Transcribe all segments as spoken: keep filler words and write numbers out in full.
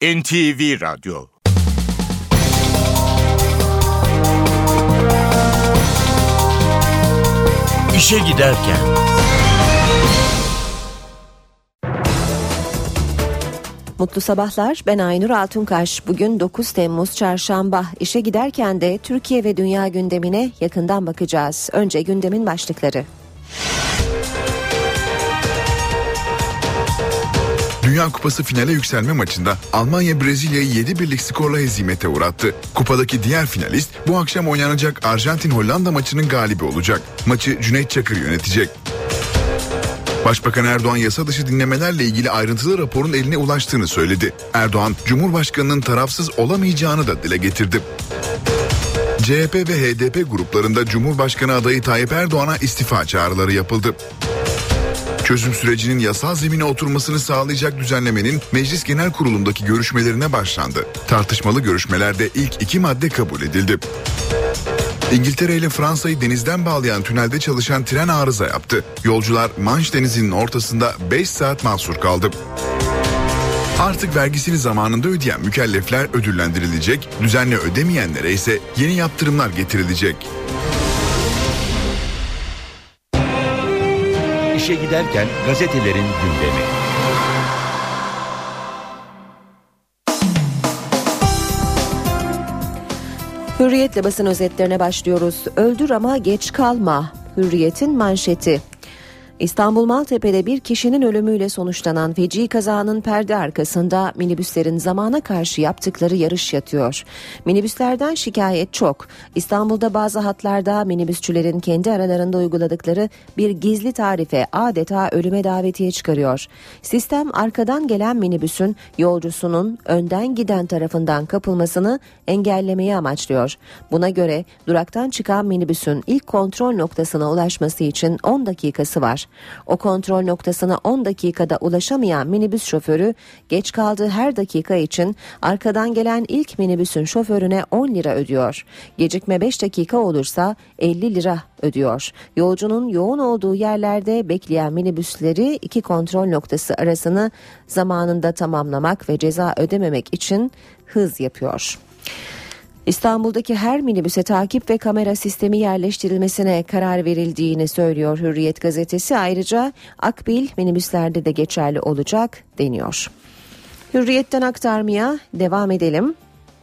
N T V Radyo. İşe giderken. Mutlu sabahlar, ben Aynur Altunkaş. Bugün dokuz Temmuz Çarşamba. İşe giderken de Türkiye ve dünya gündemine yakından bakacağız. Önce gündemin başlıkları. Dünya Kupası finale yükselme maçında Almanya Brezilya'yı yedi birlik skorla hezimete uğrattı. Kupadaki diğer finalist bu akşam oynanacak Arjantin-Hollanda maçının galibi olacak. Maçı Cüneyt Çakır yönetecek. Başbakan Erdoğan yasa dışı dinlemelerle ilgili ayrıntılı raporun eline ulaştığını söyledi. Erdoğan, Cumhurbaşkanı'nın tarafsız olamayacağını da dile getirdi. C H P ve H D P gruplarında Cumhurbaşkanı adayı Tayyip Erdoğan'a istifa çağrıları yapıldı. Çözüm sürecinin yasal zemine oturmasını sağlayacak düzenlemenin Meclis Genel Kurulu'ndaki görüşmelerine başlandı. Tartışmalı görüşmelerde ilk iki madde kabul edildi. İngiltere ile Fransa'yı denizden bağlayan tünelde çalışan tren arıza yaptı. Yolcular Manş Denizi'nin ortasında beş saat mahsur kaldı. Artık vergisini zamanında ödeyen mükellefler ödüllendirilecek, düzenli ödemeyenlere ise yeni yaptırımlar getirilecek. İşe giderken gazetelerin gündemi. Hürriyetle basın özetlerine başlıyoruz. Öldür ama geç kalma. Hürriyet'in manşeti. İstanbul Maltepe'de bir kişinin ölümüyle sonuçlanan feci kazanın perde arkasında minibüslerin zamana karşı yaptıkları yarış yatıyor. Minibüslerden şikayet çok. İstanbul'da bazı hatlarda minibüsçülerin kendi aralarında uyguladıkları bir gizli tarife adeta ölüme davetiye çıkarıyor. Sistem arkadan gelen minibüsün yolcusunun önden giden tarafından kapılmasını engellemeyi amaçlıyor. Buna göre duraktan çıkan minibüsün ilk kontrol noktasına ulaşması için on dakikası var. O kontrol noktasına on dakikada ulaşamayan minibüs şoförü geç kaldığı her dakika için arkadan gelen ilk minibüsün şoförüne on lira ödüyor. Gecikme beş dakika olursa elli lira ödüyor. Yolcunun yoğun olduğu yerlerde bekleyen minibüsleri iki kontrol noktası arasını zamanında tamamlamak ve ceza ödememek için hız yapıyor. İstanbul'daki her minibüse takip ve kamera sistemi yerleştirilmesine karar verildiğini söylüyor Hürriyet gazetesi. Ayrıca akbil minibüslerde de geçerli olacak deniyor. Hürriyet'ten aktarmaya devam edelim.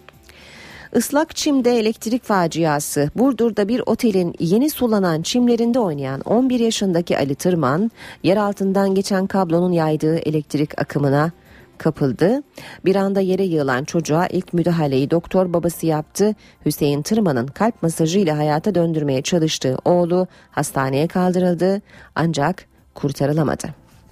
Islak çimde elektrik faciası. Burdur'da bir otelin yeni sulanan çimlerinde oynayan on bir yaşındaki Ali Tırman, yer altından geçen kablonun yaydığı elektrik akımına kapıldı. Bir anda yere yığılan çocuğa ilk müdahaleyi doktor babası yaptı. Hüseyin Tırman'ın kalp masajıyla hayata döndürmeye çalıştığı oğlu hastaneye kaldırıldı ancak kurtarılamadı.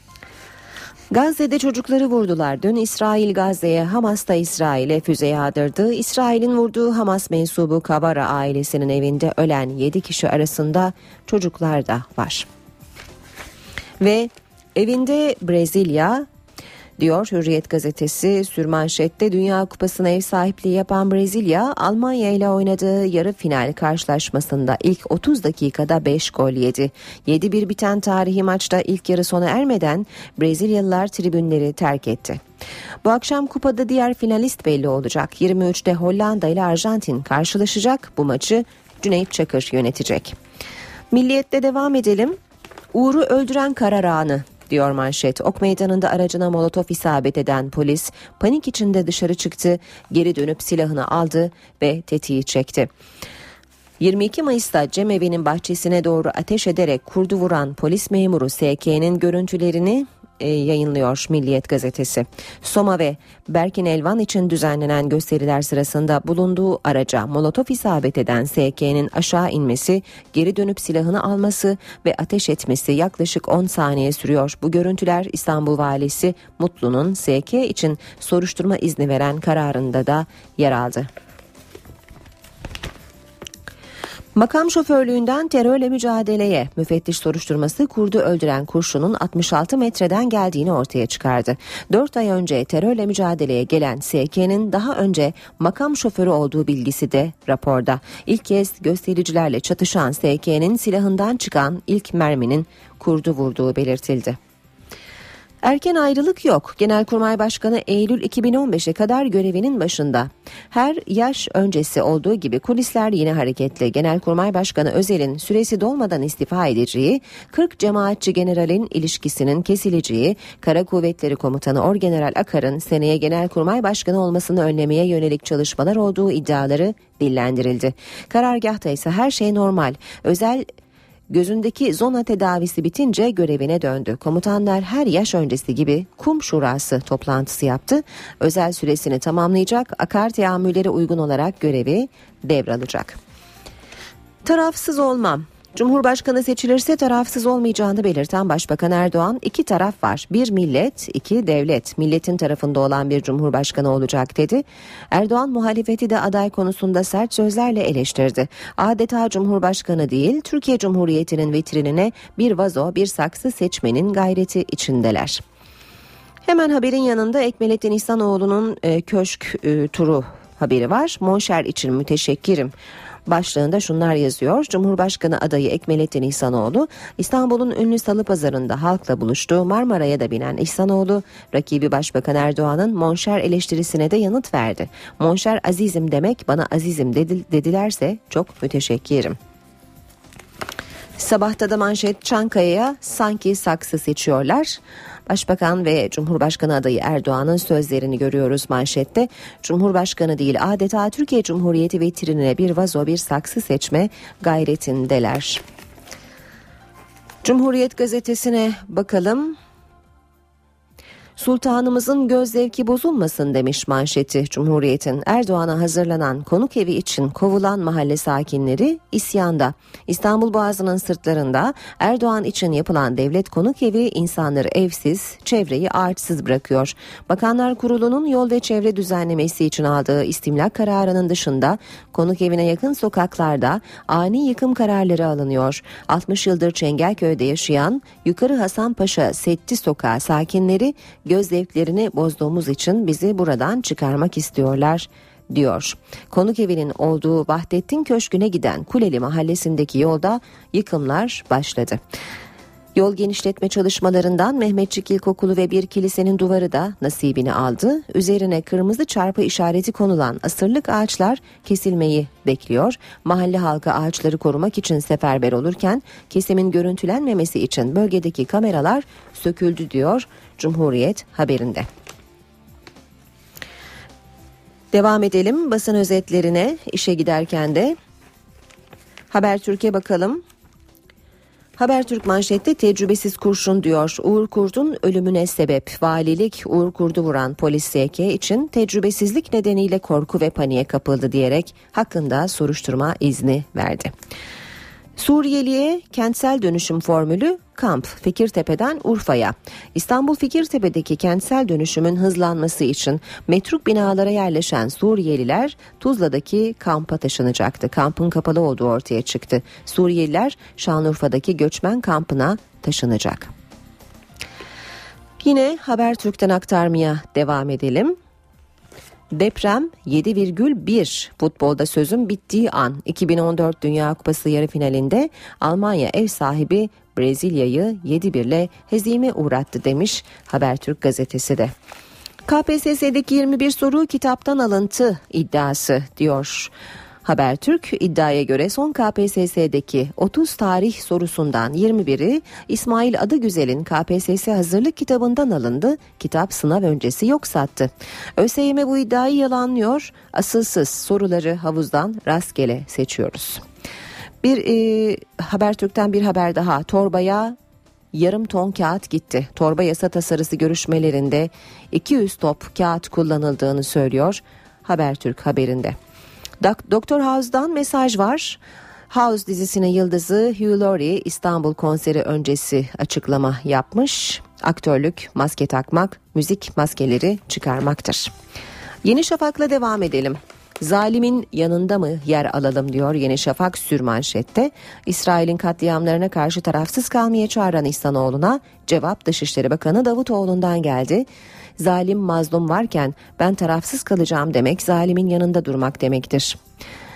Gazze'de çocukları vurdular. Dün İsrail Gazze'ye, Hamas da İsrail'e füze yağdırdı. İsrail'in vurduğu Hamas mensubu Kabara ailesinin evinde ölen yedi kişi arasında çocuklar da var. Ve evinde Brezilya diyor Hürriyet gazetesi sürmanşette. Dünya Kupası'na ev sahipliği yapan Brezilya, Almanya ile oynadığı yarı final karşılaşmasında ilk otuz dakikada beş gol yedi. yedi bir biten tarihi maçta ilk yarı sona ermeden Brezilyalılar tribünleri terk etti. Bu akşam kupada diğer finalist belli olacak. yirmi üçte Hollanda ile Arjantin karşılaşacak. Bu maçı Cüneyt Çakır yönetecek. Milliyet'te devam edelim. Uğur'u öldüren karar anı diyor manşet. Ok Meydanı'nda aracına molotof isabet eden polis panik içinde dışarı çıktı, geri dönüp silahını aldı ve tetiği çekti. yirmi iki Mayıs'ta cemevi'nin bahçesine doğru ateş ederek kurdu vuran polis memuru S K'nin görüntülerini e, yayınlıyor Milliyet gazetesi. Soma ve Berkin Elvan için düzenlenen gösteriler sırasında bulunduğu araca molotof isabet eden S K'nin aşağı inmesi, geri dönüp silahını alması ve ateş etmesi yaklaşık on saniye sürüyor. Bu görüntüler İstanbul Valisi Mutlu'nun S K için soruşturma izni veren kararında da yer aldı. Makam şoförlüğünden terörle mücadeleye, müfettiş soruşturması kurdu öldüren kurşunun altmış altı metreden geldiğini ortaya çıkardı. dört ay önce terörle mücadeleye gelen S K'nin daha önce makam şoförü olduğu bilgisi de raporda. İlk kez göstericilerle çatışan S K'nin silahından çıkan ilk merminin kurdu vurduğu belirtildi. Erken ayrılık yok. Genelkurmay Başkanı Eylül iki bin on beşe kadar görevinin başında. Her yaş öncesi olduğu gibi kulisler yine hareketli. Genelkurmay Başkanı Özel'in süresi dolmadan istifa edeceği, kırk cemaatçi generalin ilişkisinin kesileceği, Kara Kuvvetleri Komutanı Orgeneral Akar'ın seneye Genelkurmay Başkanı olmasını önlemeye yönelik çalışmalar olduğu iddiaları dillendirildi. Karargahta ise her şey normal. Özel gözündeki zona tedavisi bitince görevine döndü. Komutanlar her yaş öncesi gibi kum şurası toplantısı yaptı. Özel süresini tamamlayacak, Akar teamülleri uygun olarak görevi devralacak. Tarafsız olmam. Cumhurbaşkanı seçilirse tarafsız olmayacağını belirten Başbakan Erdoğan, iki taraf var. Bir millet, iki devlet. Milletin tarafında olan bir cumhurbaşkanı olacak dedi. Erdoğan muhalefeti de aday konusunda sert sözlerle eleştirdi. Adeta cumhurbaşkanı değil, Türkiye Cumhuriyeti'nin vitrinine bir vazo, bir saksı seçmenin gayreti içindeler. Hemen haberin yanında Ekmelettin İhsanoğlu'nun e, köşk e, turu haberi var. Monşer için müteşekkirim başlığında şunlar yazıyor. Cumhurbaşkanı adayı Ekmelettin İhsanoğlu, İstanbul'un ünlü Salıpazarı'nda halkla buluştu. Marmara'ya da binen İhsanoğlu, rakibi Başbakan Erdoğan'ın Monşer eleştirisine de yanıt verdi. Monşer azizim demek, bana azizim dedilerse çok müteşekkirim. Sabahta da manşet Çankaya'ya sanki saksı seçiyorlar. Başbakan ve Cumhurbaşkanı adayı Erdoğan'ın sözlerini görüyoruz manşette. Cumhurbaşkanı değil, adeta Türkiye Cumhuriyeti vitrinine bir vazo, bir saksı seçme gayretindeler. Cumhuriyet gazetesine bakalım. Sultanımızın göz zevki bozulmasın demiş manşeti Cumhuriyet'in. Erdoğan'a hazırlanan konuk evi için kovulan mahalle sakinleri isyanda. İstanbul Boğazı'nın sırtlarında Erdoğan için yapılan devlet konuk evi insanları evsiz, çevreyi ağaçsız bırakıyor. Bakanlar Kurulu'nun yol ve çevre düzenlemesi için aldığı istimlak kararının dışında konuk evine yakın sokaklarda ani yıkım kararları alınıyor. altmış yıldır Çengelköy'de yaşayan Yukarı Hasanpaşa Setti Sokağı sakinleri göz zevklerini bozduğumuz için bizi buradan çıkarmak istiyorlar diyor. Konuk evinin olduğu Vahdettin Köşkü'ne giden Kuleli Mahallesi'ndeki yolda yıkımlar başladı. Yol genişletme çalışmalarından Mehmetçik İlkokulu ve bir kilisenin duvarı da nasibini aldı. Üzerine kırmızı çarpı işareti konulan asırlık ağaçlar kesilmeyi bekliyor. Mahalle halkı ağaçları korumak için seferber olurken kesimin görüntülenmemesi için bölgedeki kameralar söküldü diyor Cumhuriyet haberinde. Devam edelim basın özetlerine. İşe giderken de Habertürk'e bakalım. Habertürk manşette tecrübesiz kurşun diyor. Uğur Kurt'un ölümüne sebep. Valilik Uğur Kurt'u vuran polis S K için tecrübesizlik nedeniyle korku ve paniğe kapıldı diyerek hakkında soruşturma izni verdi. Suriyeli'ye kentsel dönüşüm formülü kamp Fikirtepe'den Urfa'ya. İstanbul Fikirtepe'deki kentsel dönüşümün hızlanması için metruk binalara yerleşen Suriyeliler Tuzla'daki kampa taşınacaktı. Kampın kapalı olduğu ortaya çıktı. Suriyeliler Şanlıurfa'daki göçmen kampına taşınacak. Yine Habertürk'ten aktarmaya devam edelim. Deprem yedi virgül bir futbolda sözün bittiği an. iki bin on dört Dünya Kupası yarı finalinde Almanya ev sahibi Brezilya'yı yedi bir ile hezime uğrattı demiş Habertürk gazetesi de. K P S S'deki yirmi bir soru kitaptan alıntı iddiası diyor Habertürk. İddiaya göre son K P S S'deki otuz tarih sorusundan yirmi biri İsmail Adıgüzel'in K P S S hazırlık kitabından alındı. Kitap sınav öncesi yok sattı. ÖSYM bu iddiayı yalanlıyor. Asılsız soruları havuzdan rastgele seçiyoruz. Bir e, Habertürk'ten bir haber daha. Torbaya yarım ton kağıt gitti. Torba yasa tasarısı görüşmelerinde iki yüz top kağıt kullanıldığını söylüyor Habertürk haberinde. Doktor House'dan mesaj var. House dizisinin yıldızı Hugh Laurie İstanbul konseri öncesi açıklama yapmış. Aktörlük, maske takmak, müzik maskeleri çıkarmaktır. Yeni Şafak'la devam edelim. Zalimin yanında mı yer alalım diyor Yeni Şafak sürmanşette. İsrail'in katliamlarına karşı tarafsız kalmaya çağıran İhsanoğlu'na cevap Dışişleri Bakanı Davutoğlu'ndan geldi. Zalim mazlum varken ben tarafsız kalacağım demek zalimin yanında durmak demektir.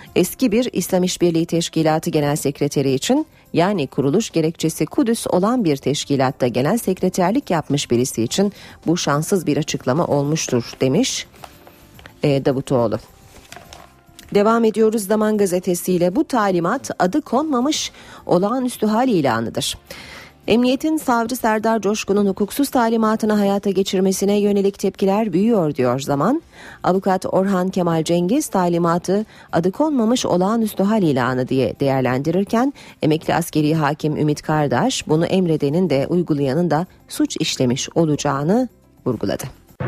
Eski bir İslam İşbirliği Teşkilatı Genel Sekreteri için, yani kuruluş gerekçesi Kudüs olan bir teşkilatta genel sekreterlik yapmış birisi için bu şanssız bir açıklama olmuştur demiş e, Davutoğlu. Devam ediyoruz Zaman Gazetesi'yle. Bu talimat adı konmamış olağanüstü hal ilanıdır. Emniyetin savcı Serdar Coşkun'un hukuksuz talimatını hayata geçirmesine yönelik tepkiler büyüyor diyor Zaman. Avukat Orhan Kemal Cengiz talimatı adı konmamış olağanüstü hal ilanı diye değerlendirirken, emekli askeri hakim Ümit Kardaş bunu emredenin de uygulayanın da suç işlemiş olacağını vurguladı.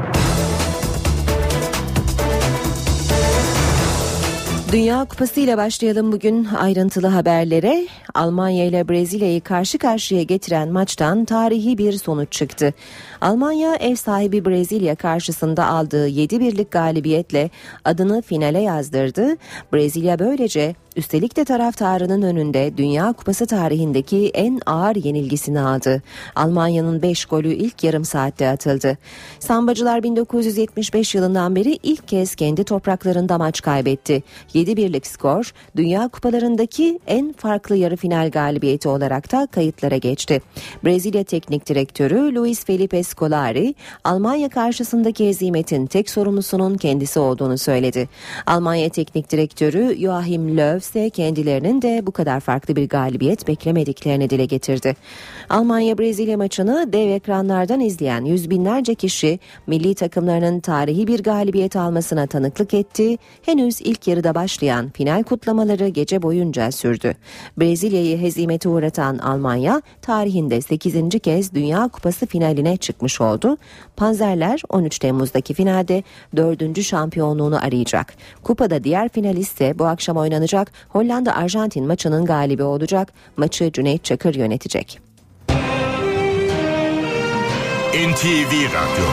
Dünya Kupası ile başlayalım bugün ayrıntılı haberlere. Almanya ile Brezilya'yı karşı karşıya getiren maçtan tarihi bir sonuç çıktı. Almanya ev sahibi Brezilya karşısında aldığı yedi birlik galibiyetle adını finale yazdırdı. Brezilya böylece üstelik de taraftarının önünde Dünya Kupası tarihindeki en ağır yenilgisini aldı. Almanya'nın beş golü ilk yarım saatte atıldı. Sambacılar bin dokuz yüz yetmiş beş yılından beri ilk kez kendi topraklarında maç kaybetti. yedi birlik skor Dünya Kupalarındaki en farklı yarı final galibiyeti olarak da kayıtlara geçti. Brezilya Teknik Direktörü Luis Felipe Scolari, Almanya karşısındaki hezimetin tek sorumlusunun kendisi olduğunu söyledi. Almanya Teknik Direktörü Joachim Löw ise kendilerinin de bu kadar farklı bir galibiyet beklemediklerini dile getirdi. Almanya-Brezilya maçını dev ekranlardan izleyen yüz binlerce kişi milli takımlarının tarihi bir galibiyet almasına tanıklık etti. Henüz ilk yarıda başlayan final kutlamaları gece boyunca sürdü. Brezilya'yı hezimete uğratan Almanya tarihinde sekizinci kez Dünya Kupası finaline çıkmış oldu. Panzerler on üç Temmuz'daki finalde dördüncü şampiyonluğunu arayacak. Kupada diğer finalist ise bu akşam oynanacak Hollanda-Arjantin maçının galibi olacak. Maçı Cüneyt Çakır yönetecek. N T V Radyo.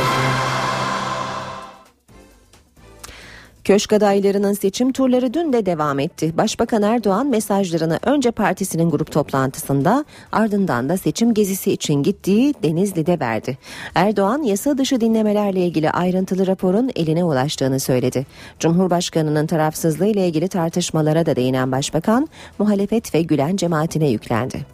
Köşk adaylarının seçim turları dün de devam etti. Başbakan Erdoğan mesajlarını önce partisinin grup toplantısında, ardından da seçim gezisi için gittiği Denizli'de verdi. Erdoğan yasa dışı dinlemelerle ilgili ayrıntılı raporun eline ulaştığını söyledi. Cumhurbaşkanının tarafsızlığı ile ilgili tartışmalara da değinen başbakan, muhalefet ve Gülen cemaatine yüklendi.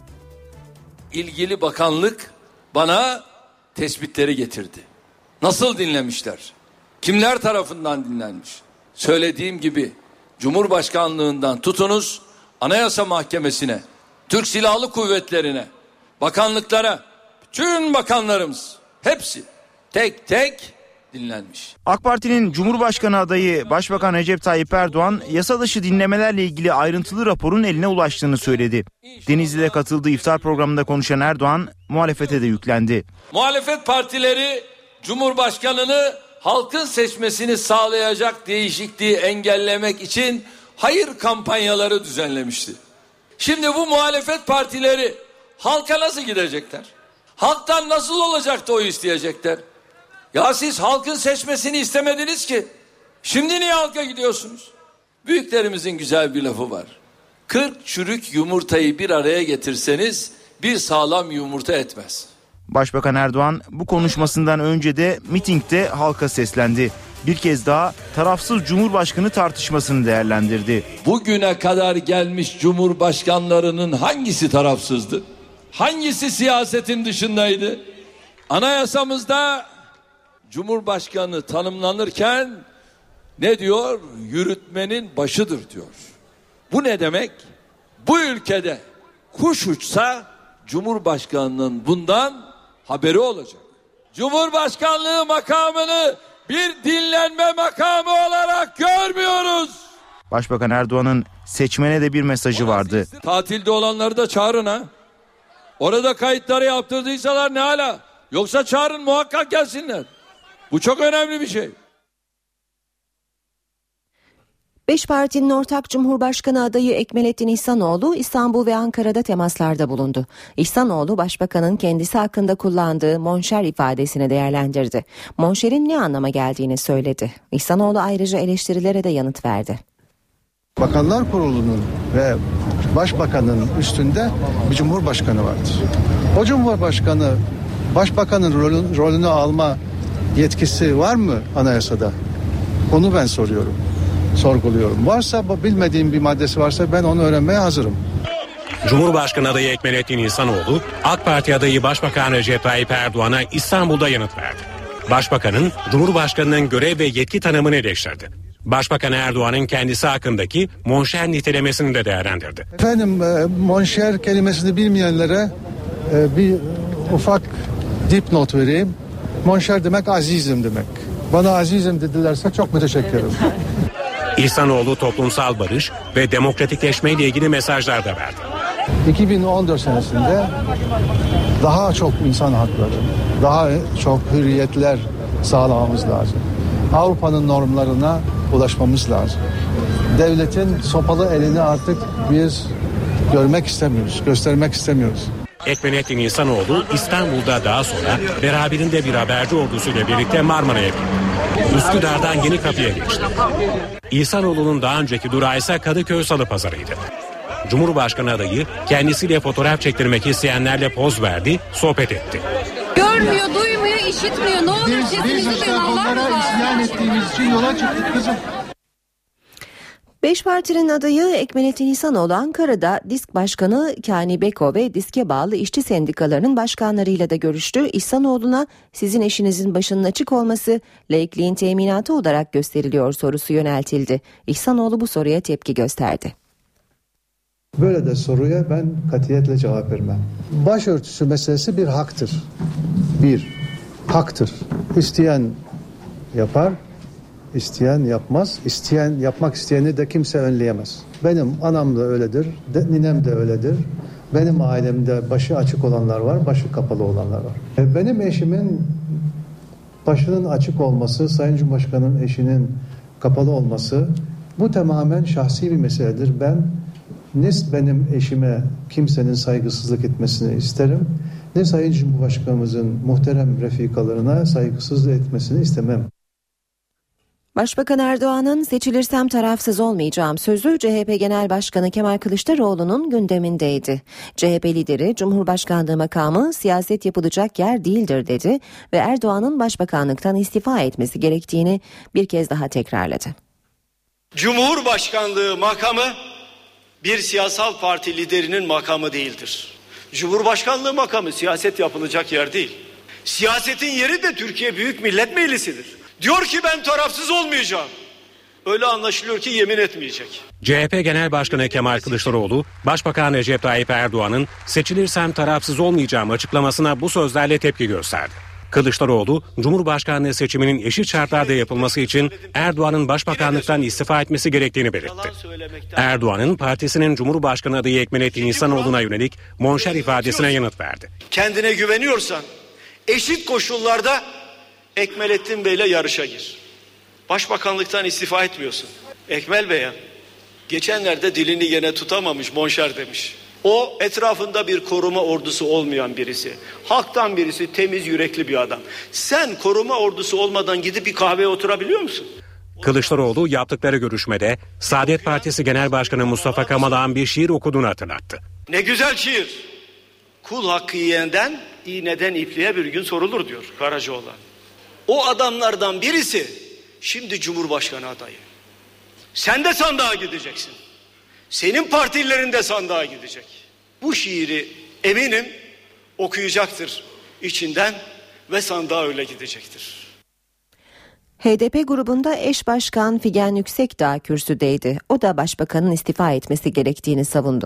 İlgili bakanlık bana tespitleri getirdi. Nasıl dinlemişler? Kimler tarafından dinlenmiş? Söylediğim gibi Cumhurbaşkanlığından tutunuz Anayasa Mahkemesi'ne, Türk Silahlı Kuvvetleri'ne, bakanlıklara, bütün bakanlarımız hepsi tek tek dinlenmiş. AK Parti'nin Cumhurbaşkanı adayı Başbakan Recep Tayyip Erdoğan yasa dışı dinlemelerle ilgili ayrıntılı raporun eline ulaştığını söyledi. Denizli'de katıldığı iftar programında konuşan Erdoğan muhalefete de yüklendi. Muhalefet partileri Cumhurbaşkanını halkın seçmesini sağlayacak değişikliği engellemek için hayır kampanyaları düzenlemişti. Şimdi bu muhalefet partileri halka nasıl gidecekler? Halktan nasıl olacak da oy isteyecekler? Ya siz halkın seçmesini istemediniz ki. Şimdi niye halka gidiyorsunuz? Büyüklerimizin güzel bir lafı var. kırk çürük yumurtayı bir araya getirseniz bir sağlam yumurta etmez. Başbakan Erdoğan bu konuşmasından önce de mitingde halka seslendi. Bir kez daha tarafsız Cumhurbaşkanı tartışmasını değerlendirdi. Bugüne kadar gelmiş cumhurbaşkanlarının hangisi tarafsızdı? Hangisi siyasetin dışındaydı? Anayasamızda Cumhurbaşkanı tanımlanırken ne diyor? Yürütmenin başıdır diyor. Bu ne demek? Bu ülkede kuş uçsa Cumhurbaşkanının bundan haberi olacak. Cumhurbaşkanlığı makamını bir dinlenme makamı olarak görmüyoruz. Başbakan Erdoğan'ın seçmene de bir mesajı vardı. Tatilde olanları da çağırın ha. Orada kayıtları yaptırdıysalar ne hala? Yoksa çağırın, muhakkak gelsinler. Bu çok önemli bir şey. Beş partinin ortak Cumhurbaşkanı adayı Ekmelettin İhsanoğlu İstanbul ve Ankara'da temaslarda bulundu. İhsanoğlu başbakanın kendisi hakkında kullandığı monşer ifadesini değerlendirdi. Monşerin ne anlama geldiğini söyledi. İhsanoğlu ayrıca eleştirilere de yanıt verdi. Bakanlar Kurulu'nun ve Başbakanın üstünde bir Cumhurbaşkanı vardır. O Cumhurbaşkanı Başbakanın rolün, rolünü alma yetkisi var mı anayasada? Onu ben soruyorum. sorguluyorum. Varsa, bilmediğim bir maddesi varsa ben onu öğrenmeye hazırım. Cumhurbaşkanı adayı Ekmelettin İhsanoğlu, AK Parti adayı Başbakan Recep Tayyip Erdoğan'a İstanbul'da yanıt verdi. Başbakanın Cumhurbaşkanı'nın görev ve yetki tanımını eleştirdi. Başbakan Erdoğan'ın kendisi hakkındaki monşer nitelemesini de değerlendirdi. Efendim e, monşer kelimesini bilmeyenlere e, bir ufak dipnot vereyim. Monşer demek azizim demek. Bana azizim dedilerse çok müteşekkir ederim. İhsanoğlu toplumsal barış ve demokratikleşme ile ilgili mesajlar da verdi. iki bin on dört senesinde daha çok insan hakları, daha çok hürriyetler sağlamamız lazım. Avrupa'nın normlarına ulaşmamız lazım. Devletin sopalı elini artık biz görmek istemiyoruz, göstermek istemiyoruz. Ekmelettin İhsanoğlu İstanbul'da daha sonra beraberinde bir haberci ordusuyla birlikte Marmara'ya gitti. Üsküdar'dan Yenikapı'ya geçti. İhsanoğlu'nun daha önceki durağı ise Kadıköy Salıpazarı'ydı. Cumhurbaşkanı adayı kendisiyle fotoğraf çektirmek isteyenlerle poz verdi, sohbet etti. Görmüyor, duymuyor, işitmiyor. Ne olur sesinizi duyun, Allah razı olsun. İsyan ettiğimiz için yola çıktık kızım. Beş partinin adayı Ekmelettin İhsanoğlu Ankara'da DİSK Başkanı Kani Beko ve DİSK'e bağlı işçi sendikalarının başkanlarıyla da görüştü. İhsanoğlu'na sizin eşinizin başının açık olması laikliğin teminatı olarak gösteriliyor sorusu yöneltildi. İhsanoğlu bu soruya tepki gösterdi. Böyle de soruya ben katiyetle cevap vermem. Başörtüsü meselesi bir haktır. Bir, haktır. İsteyen yapar, isteyen yapmaz. İsteyen, yapmak isteyeni de kimse önleyemez. Benim anam da öyledir, de, ninem de öyledir. Benim ailemde başı açık olanlar var, başı kapalı olanlar var. Benim eşimin başının açık olması, Sayın Cumhurbaşkanı'nın eşinin kapalı olması, bu tamamen şahsi bir meseledir. Ben ne benim eşime kimsenin saygısızlık etmesini isterim, ne Sayın Cumhurbaşkanımızın muhterem refikalarına saygısızlık etmesini istemem. Başbakan Erdoğan'ın seçilirsem tarafsız olmayacağım sözü C H P Genel Başkanı Kemal Kılıçdaroğlu'nun gündemindeydi. C H P lideri Cumhurbaşkanlığı makamı siyaset yapılacak yer değildir dedi ve Erdoğan'ın başbakanlıktan istifa etmesi gerektiğini bir kez daha tekrarladı. Cumhurbaşkanlığı makamı bir siyasal parti liderinin makamı değildir. Cumhurbaşkanlığı makamı siyaset yapılacak yer değil. Siyasetin yeri de Türkiye Büyük Millet Meclisi'dir. Diyor ki ben tarafsız olmayacağım. Öyle anlaşılıyor ki yemin etmeyecek. C H P Genel Başkanı Kemal Kılıçdaroğlu, Başbakan Recep Tayyip Erdoğan'ın seçilirsem tarafsız olmayacağım açıklamasına bu sözlerle tepki gösterdi. Kılıçdaroğlu, Cumhurbaşkanlığı seçiminin eşit şartlarda yapılması için Erdoğan'ın başbakanlıktan istifa etmesi gerektiğini belirtti. Erdoğan'ın partisinin Cumhurbaşkanı adayı Ekmelettin İhsanoğlu'na yönelik monşer ifadesine yanıt verdi. Kendine güveniyorsan eşit koşullarda Ekmelettin Bey'le yarışa gir. Başbakanlıktan istifa etmiyorsun. Ekmel Bey'e geçenlerde dilini yine tutamamış, monşer demiş. O etrafında bir koruma ordusu olmayan birisi. Halktan birisi, temiz yürekli bir adam. Sen koruma ordusu olmadan gidip bir kahveye oturabiliyor musun? Kılıçdaroğlu yaptıkları görüşmede Saadet Partisi Genel Başkanı Mustafa Kemal'ın bir şiir okuduğunu hatırlattı. Ne güzel şiir. Kul hakkı yiyenden, iğneden ipliğe bir gün sorulur diyor Karacaoğlan. O adamlardan birisi şimdi Cumhurbaşkanı adayı. Sen de sandığa gideceksin. Senin partilerin de sandığa gidecek. Bu şiiri eminim okuyacaktır içinden ve sandığa öyle gidecektir. H D P grubunda eş başkan Figen Yüksekdağ kürsüdeydi. O da başbakanın istifa etmesi gerektiğini savundu.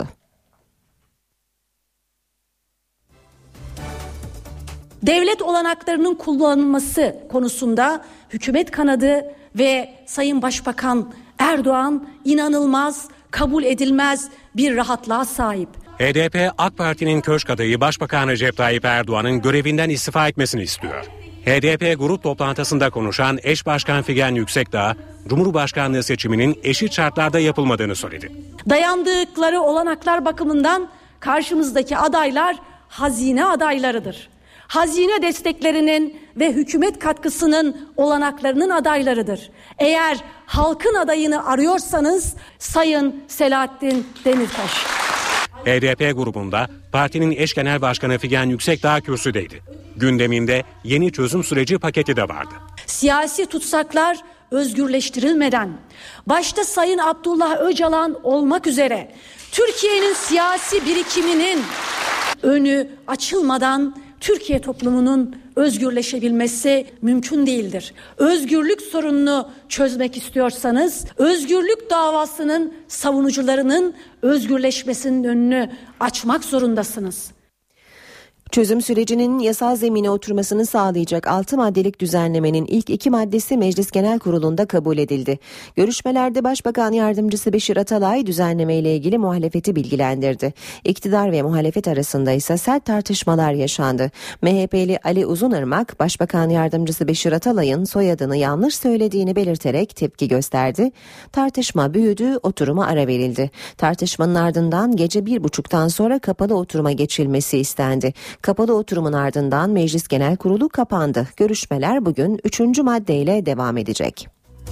Devlet olanaklarının kullanılması konusunda hükümet kanadı ve Sayın Başbakan Erdoğan inanılmaz, kabul edilmez bir rahatlığa sahip. H D P, AK Parti'nin köşk adayı Başbakan Recep Tayyip Erdoğan'ın görevinden istifa etmesini istiyor. H D P grup toplantısında konuşan eş başkan Figen Yüksekdağ, Cumhurbaşkanlığı seçiminin eşit şartlarda yapılmadığını söyledi. Dayandıkları olanaklar bakımından karşımızdaki adaylar hazine adaylarıdır. Hazine desteklerinin ve hükümet katkısının olanaklarının adaylarıdır. Eğer halkın adayını arıyorsanız Sayın Selahattin Demirtaş. H D P grubunda partinin eş genel başkanı Figen Yüksekdağ kürsüdeydi. Gündeminde yeni çözüm süreci paketi de vardı. Siyasi tutsaklar özgürleştirilmeden, başta Sayın Abdullah Öcalan olmak üzere Türkiye'nin siyasi birikiminin önü açılmadan Türkiye toplumunun özgürleşebilmesi mümkün değildir. Özgürlük sorununu çözmek istiyorsanız, özgürlük davasının savunucularının özgürleşmesinin önünü açmak zorundasınız. Çözüm sürecinin yasal zemine oturmasını sağlayacak altı maddelik düzenlemenin ilk iki maddesi Meclis Genel Kurulu'nda kabul edildi. Görüşmelerde Başbakan Yardımcısı Beşir Atalay düzenleme ile ilgili muhalefeti bilgilendirdi. İktidar ve muhalefet arasında ise sert tartışmalar yaşandı. M H P'li Ali Uzunırmak, Başbakan Yardımcısı Beşir Atalay'ın soyadını yanlış söylediğini belirterek tepki gösterdi. Tartışma büyüdü, oturuma ara verildi. Tartışmanın ardından gece bir buçuktan sonra kapalı oturuma geçilmesi istendi. Kapalı oturumun ardından Meclis Genel Kurulu kapandı. Görüşmeler bugün üçüncü maddeyle devam edecek.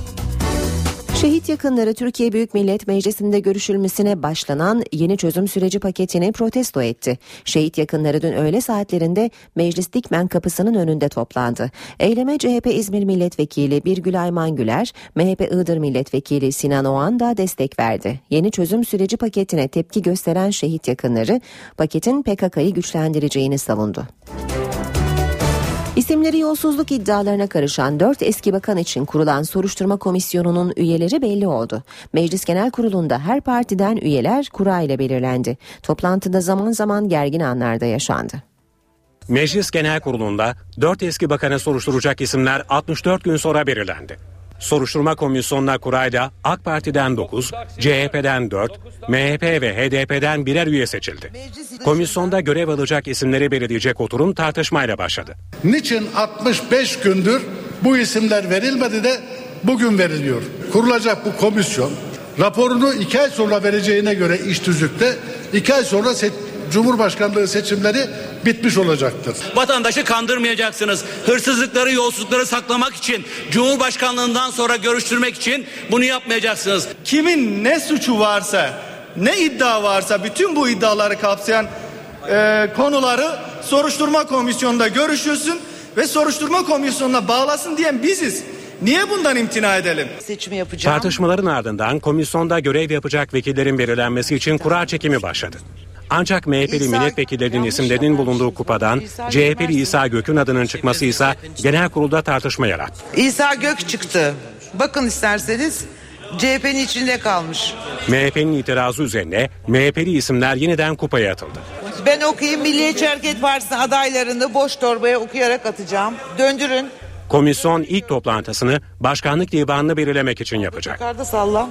Şehit yakınları Türkiye Büyük Millet Meclisi'nde görüşülmesine başlanan yeni çözüm süreci paketini protesto etti. Şehit yakınları dün öğle saatlerinde Meclis Dikmen kapısının önünde toplandı. Eyleme C H P İzmir Milletvekili Birgül Ayman Güler, M H P Iğdır Milletvekili Sinan Oğan da destek verdi. Yeni çözüm süreci paketine tepki gösteren şehit yakınları paketin P K K'yı güçlendireceğini savundu. İsimleri yolsuzluk iddialarına karışan dört eski bakan için kurulan soruşturma komisyonunun üyeleri belli oldu. Meclis Genel Kurulu'nda her partiden üyeler kura ile belirlendi. Toplantıda zaman zaman gergin anlar da yaşandı. Meclis Genel Kurulu'nda dört eski bakanı soruşturacak isimler altmış dört gün sonra belirlendi. Soruşturma komisyonuna kurayla AK Parti'den dokuz, C H P'den dört, M H P ve H D P'den birer üye seçildi. Komisyonda görev alacak isimleri belirleyecek oturum tartışmayla başladı. Niçin altmış beş gündür bu isimler verilmedi de bugün veriliyor? Kurulacak bu komisyon raporunu iki ay sonra vereceğine göre iş tüzükte iki ay sonra se- Cumhurbaşkanlığı seçimleri bitmiş olacaktır. Vatandaşı kandırmayacaksınız. Hırsızlıkları, yolsuzlukları saklamak için, Cumhurbaşkanlığından sonra görüştürmek için bunu yapmayacaksınız. Kimin ne suçu varsa, ne iddia varsa bütün bu iddiaları kapsayan e, konuları soruşturma komisyonunda görüşülsün ve soruşturma komisyonuna bağlasın diyen biziz. Niye bundan imtina edelim? Seçimi yapacağım. Tartışmaların ardından komisyonda görev yapacak vekillerin belirlenmesi için kura çekimi başladı. Ancak M H P'li milletvekillerinin isimlerinin bulunduğu kupadan C H P'li İsa Gök'ün adının çıkması ise genel kurulda tartışma yarattı. İsa Gök çıktı. Bakın isterseniz C H P'nin içinde kalmış. M H P'nin itirazı üzerine M H P'li isimler yeniden kupaya atıldı. Ben okuyayım, Milliyetçi Hareket Partisi adaylarını boş torbaya okuyarak atacağım. Döndürün. Komisyon ilk toplantısını başkanlık divanını belirlemek için yapacak. Yukarıda salla.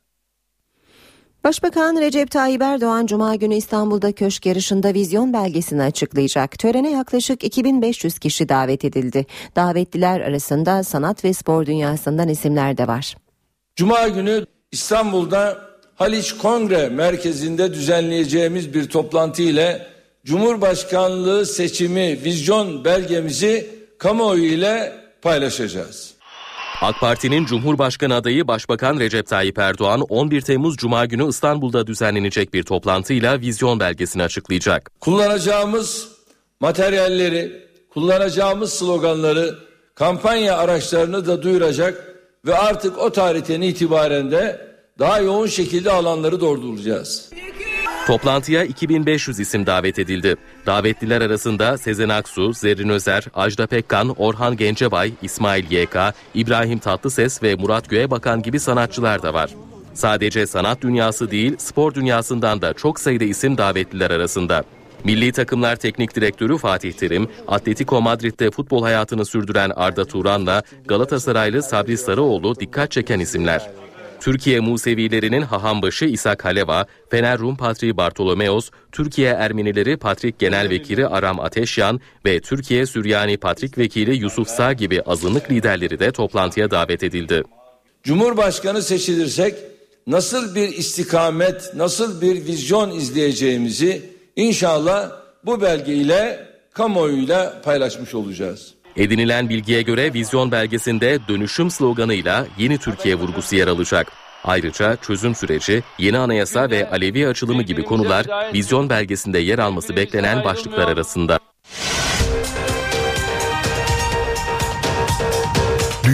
Başbakan Recep Tayyip Erdoğan Cuma günü İstanbul'da köşk yarışında vizyon belgesini açıklayacak. Törene yaklaşık iki bin beş yüz kişi davet edildi. Davetliler arasında sanat ve spor dünyasından isimler de var. Cuma günü İstanbul'da Haliç Kongre Merkezi'nde düzenleyeceğimiz bir toplantı ile Cumhurbaşkanlığı seçimi vizyon belgemizi kamuoyu ile paylaşacağız. AK Parti'nin Cumhurbaşkanı adayı Başbakan Recep Tayyip Erdoğan on bir Temmuz Cuma günü İstanbul'da düzenlenecek bir toplantıyla vizyon belgesini açıklayacak. Kullanacağımız materyalleri, kullanacağımız sloganları, kampanya araçlarını da duyuracak ve artık o tarihten itibaren de daha yoğun şekilde alanları dolduracağız. Toplantıya iki bin beş yüz isim davet edildi. Davetliler arasında Sezen Aksu, Zerrin Özer, Ajda Pekkan, Orhan Gencebay, İsmail Y K, İbrahim Tatlıses ve Murat Göğebakan gibi sanatçılar da var. Sadece sanat dünyası değil, spor dünyasından da çok sayıda isim davetliler arasında. Milli Takımlar Teknik Direktörü Fatih Terim, Atletico Madrid'de futbol hayatını sürdüren Arda Turan'la Galatasaraylı Sabri Sarıoğlu dikkat çeken isimler. Türkiye Musevilerinin hahambaşı İshak Haleva, Fener Rum Patriği Bartolomeos, Türkiye Ermenileri Patrik Genel Vekili Aram Ateşyan ve Türkiye Süryani Patrik Vekili Yusuf Sağ gibi azınlık liderleri de toplantıya davet edildi. Cumhurbaşkanı seçilirsek nasıl bir istikamet, nasıl bir vizyon izleyeceğimizi inşallah bu belgeyle kamuoyuyla paylaşmış olacağız. Edinilen bilgiye göre vizyon belgesinde dönüşüm sloganıyla yeni Türkiye vurgusu yer alacak. Ayrıca çözüm süreci, yeni anayasa ve Alevi açılımı gibi konular vizyon belgesinde yer alması beklenen başlıklar arasında.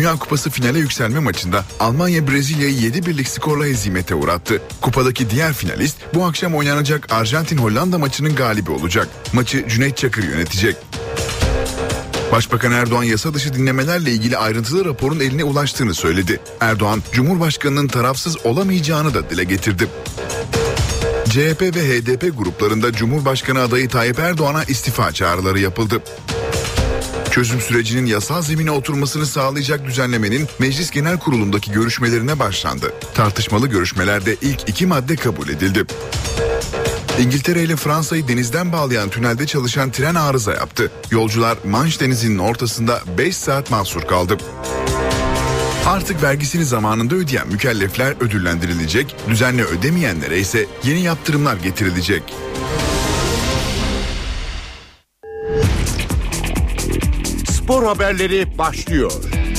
Dünya Kupası finale yükselme maçında Almanya Brezilya'yı yedi birlik skorla hezimete uğrattı. Kupadaki diğer finalist bu akşam oynanacak Arjantin-Hollanda maçının galibi olacak. Maçı Cüneyt Çakır yönetecek. Başbakan Erdoğan yasa dışı dinlemelerle ilgili ayrıntılı raporun eline ulaştığını söyledi. Erdoğan, Cumhurbaşkanı'nın tarafsız olamayacağını da dile getirdi. C H P ve H D P gruplarında Cumhurbaşkanı adayı Tayyip Erdoğan'a istifa çağrıları yapıldı. Çözüm sürecinin yasal zemine oturmasını sağlayacak düzenlemenin Meclis Genel Kurulu'ndaki görüşmelerine başlandı. Tartışmalı görüşmelerde ilk iki madde kabul edildi. İngiltere ile Fransa'yı denizden bağlayan tünelde çalışan tren arıza yaptı. Yolcular Manş Denizi'nin ortasında beş saat mahsur kaldı. Artık vergisini zamanında ödeyen mükellefler ödüllendirilecek, düzenli ödemeyenlere ise yeni yaptırımlar getirilecek. Spor haberleri başlıyor.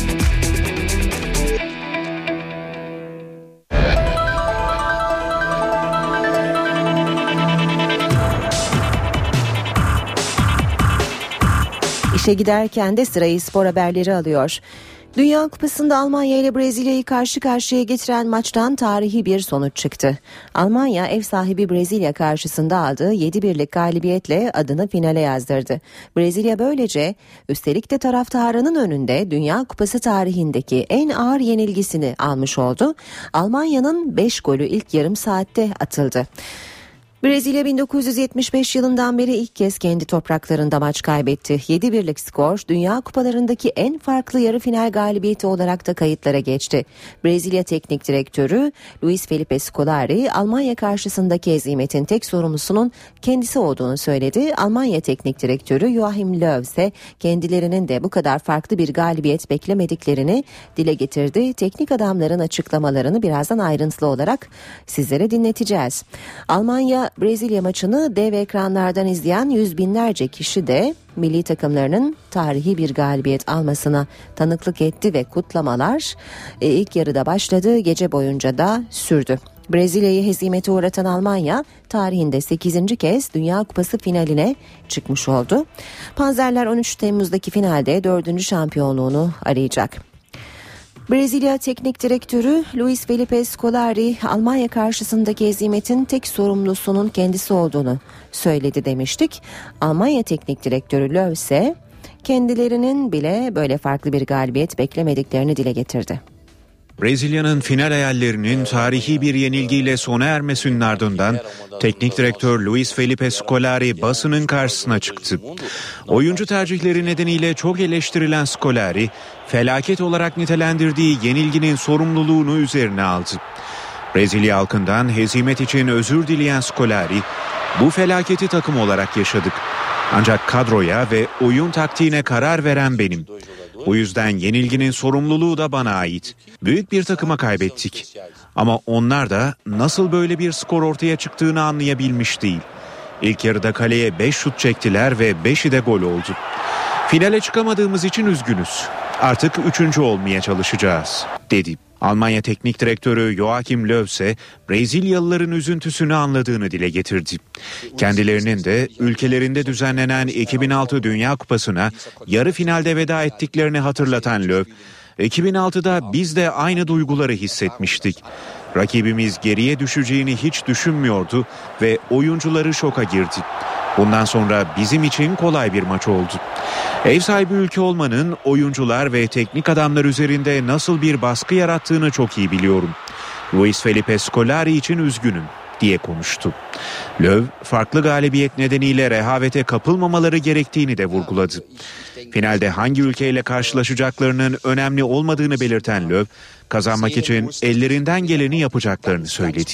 İşe giderken de sırayı spor haberleri alıyor. Dünya Kupası'nda Almanya ile Brezilya'yı karşı karşıya getiren maçtan tarihi bir sonuç çıktı. Almanya ev sahibi Brezilya karşısında aldığı yedi birlik galibiyetle adını finale yazdırdı. Brezilya böylece üstelik de taraftarının önünde Dünya Kupası tarihindeki en ağır yenilgisini almış oldu. Almanya'nın beş golü ilk yarım saatte atıldı. Brezilya bin dokuz yüz yetmiş beş yılından beri ilk kez kendi topraklarında maç kaybetti. yedi birlik skor Dünya Kupalarındaki en farklı yarı final galibiyeti olarak da kayıtlara geçti. Brezilya Teknik Direktörü Luis Felipe Scolari, Almanya karşısındaki hezimetin tek sorumlusunun kendisi olduğunu söyledi. Almanya Teknik Direktörü Joachim Löw ise kendilerinin de bu kadar farklı bir galibiyet beklemediklerini dile getirdi. Teknik adamların açıklamalarını birazdan ayrıntılı olarak sizlere dinleteceğiz. Almanya Brezilya maçını dev ekranlardan izleyen yüz binlerce kişi de milli takımlarının tarihi bir galibiyet almasına tanıklık etti ve kutlamalar e, ilk yarıda başladı, gece boyunca da sürdü. Brezilya'yı hezimete uğratan Almanya tarihinde sekizinci kez Dünya Kupası finaline çıkmış oldu. Panzerler on üç Temmuz'daki finalde dördüncü şampiyonluğunu arayacak. Brezilya Teknik Direktörü Luis Felipe Scolari, Almanya karşısındaki hezimetin tek sorumlusunun kendisi olduğunu söyledi demiştik. Almanya Teknik Direktörü Löw ise kendilerinin bile böyle farklı bir galibiyet beklemediklerini dile getirdi. Brezilya'nın final hayallerinin tarihi bir yenilgiyle sona ermesinin ardından teknik direktör Luis Felipe Scolari basının karşısına çıktı. Oyuncu tercihleri nedeniyle çok eleştirilen Scolari, felaket olarak nitelendirdiği yenilginin sorumluluğunu üzerine aldı. Brezilya halkından hezimet için özür dileyen Scolari, "Bu felaketi takım olarak yaşadık. Ancak kadroya ve oyun taktiğine karar veren benim. O yüzden yenilginin sorumluluğu da bana ait. Büyük bir takıma kaybettik. Ama onlar da nasıl böyle bir skor ortaya çıktığını anlayabilmiş değil. İlk yarıda kaleye beş şut çektiler ve beşi de gol oldu. Finale çıkamadığımız için üzgünüz. Artık üçüncü olmaya çalışacağız," dedi. Almanya Teknik Direktörü Joachim Löw ise Brezilyalıların üzüntüsünü anladığını dile getirdi. Kendilerinin de ülkelerinde düzenlenen iki bin altı Dünya Kupası'na yarı finalde veda ettiklerini hatırlatan Löw, iki bin altıda biz de aynı duyguları hissetmiştik. Rakibimiz geriye düşeceğini hiç düşünmüyordu ve oyuncuları şoka girdi. Bundan sonra bizim için kolay bir maç oldu. Ev sahibi ülke olmanın oyuncular ve teknik adamlar üzerinde nasıl bir baskı yarattığını çok iyi biliyorum. Luis Felipe Scolari için üzgünüm, diye konuştu. Löw, farklı galibiyet nedeniyle rehavete kapılmamaları gerektiğini de vurguladı. Finalde hangi ülkeyle karşılaşacaklarının önemli olmadığını belirten Löw, kazanmak için ellerinden geleni yapacaklarını söyledi.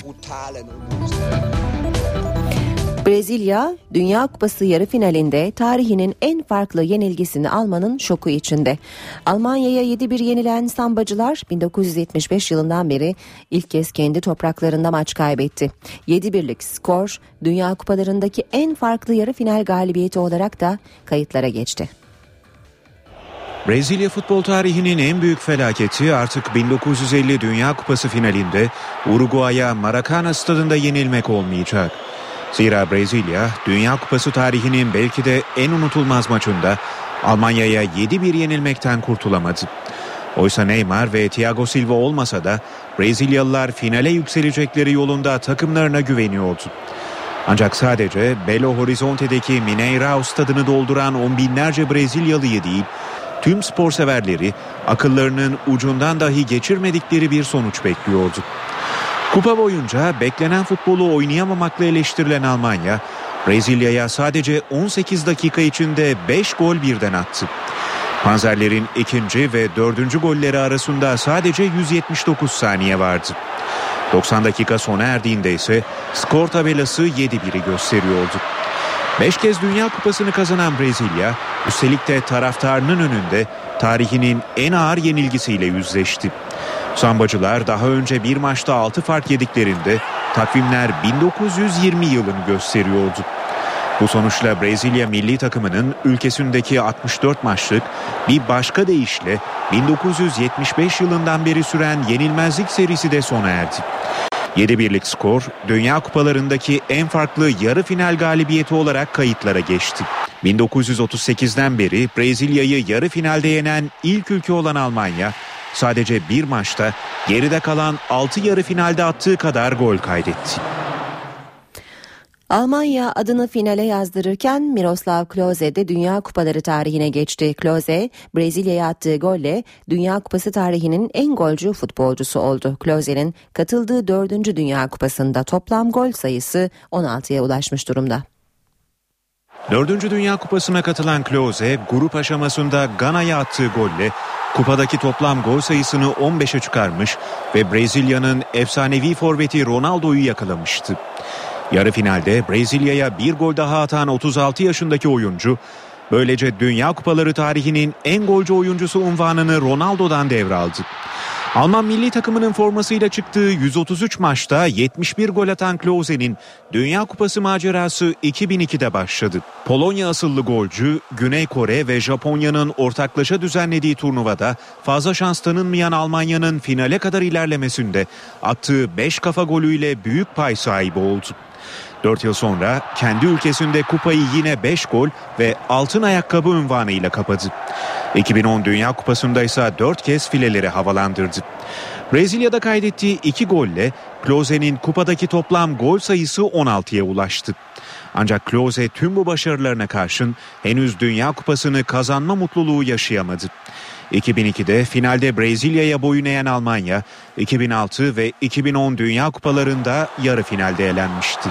Brezilya, Dünya Kupası yarı finalinde tarihinin en farklı yenilgisini almanın şoku içinde. Almanya'ya yedi bir yenilen Sambacılar bin dokuz yüz yetmiş beş yılından beri ilk kez kendi topraklarında maç kaybetti. yedi birlik skor, Dünya Kupalarındaki en farklı yarı final galibiyeti olarak da kayıtlara geçti. Brezilya futbol tarihinin en büyük felaketi artık bin dokuz yüz elli Dünya Kupası finalinde Uruguay'a Maracanã stadında yenilmek olmayacak. Zira Brezilya, Dünya Kupası tarihinin belki de en unutulmaz maçında Almanya'ya yedi bir yenilmekten kurtulamadı. Oysa Neymar ve Thiago Silva olmasa da Brezilyalılar finale yükselecekleri yolunda takımlarına güveniyordu. Ancak sadece Belo Horizonte'deki Mineirao stadını dolduran on binlerce Brezilyalıyı değil, tüm spor severleri akıllarının ucundan dahi geçirmedikleri bir sonuç bekliyordu. Kupa boyunca beklenen futbolu oynayamamakla eleştirilen Almanya, Brezilya'ya sadece on sekiz dakika içinde beş gol birden attı. Panzerlerin ikinci ve dördüncü golleri arasında sadece yüz yetmiş dokuz saniye vardı. doksan dakika sona erdiğinde ise skor tabelası yedi biri gösteriyordu. beş kez Dünya Kupası'nı kazanan Brezilya, üstelik de taraftarının önünde tarihinin en ağır yenilgisiyle yüzleşti. Sambacılar daha önce bir maçta altı fark yediklerinde takvimler bin dokuz yüz yirmi yılını gösteriyordu. Bu sonuçla Brezilya milli takımının ülkesindeki altmış dört maçlık bir başka deyişle bin dokuz yüz yetmiş beş yılından beri süren yenilmezlik serisi de sona erdi. yedi birlik skor Dünya Kupalarındaki en farklı yarı final galibiyeti olarak kayıtlara geçti. bin dokuz yüz otuz sekizden beri Brezilya'yı yarı finalde yenen ilk ülke olan Almanya, sadece bir maçta geride kalan altı yarı finalde attığı kadar gol kaydetti. Almanya adını finale yazdırırken Miroslav Klose de Dünya Kupaları tarihine geçti. Klose, Brezilya'ya attığı golle Dünya Kupası tarihinin en golcü futbolcusu oldu. Klose'nin katıldığı dördüncü Dünya Kupası'nda toplam gol sayısı on altıya ulaşmış durumda. Dördüncü Dünya Kupası'na katılan Klose, grup aşamasında Gana'ya attığı golle kupadaki toplam gol sayısını on beşe çıkarmış ve Brezilya'nın efsanevi forveti Ronaldo'yu yakalamıştı. Yarı finalde Brezilya'ya bir gol daha atan otuz altı yaşındaki oyuncu, böylece Dünya Kupaları tarihinin en golcü oyuncusu unvanını Ronaldo'dan devraldı. Alman milli takımının formasıyla çıktığı yüz otuz üç maçta yetmiş bir gol atan Klose'nin Dünya Kupası macerası iki bin ikide başladı. Polonya asıllı golcü, Güney Kore ve Japonya'nın ortaklaşa düzenlediği turnuvada fazla şans tanınmayan Almanya'nın finale kadar ilerlemesinde attığı beş kafa golüyle büyük pay sahibi oldu. dört yıl sonra kendi ülkesinde kupayı yine beş gol ve altın ayakkabı unvanıyla kapadı. iki bin on Dünya Kupası'nda ise dört kez fileleri havalandırdı. Brezilya'da kaydettiği iki golle Klose'nin kupadaki toplam gol sayısı on altıya ulaştı. Ancak Klose tüm bu başarılarına karşın henüz Dünya Kupası'nı kazanma mutluluğu yaşayamadı. iki bin ikide finalde Brezilya'ya boyun eğen Almanya, iki bin altı ve iki bin on Dünya Kupalarında yarı finalde elenmişti.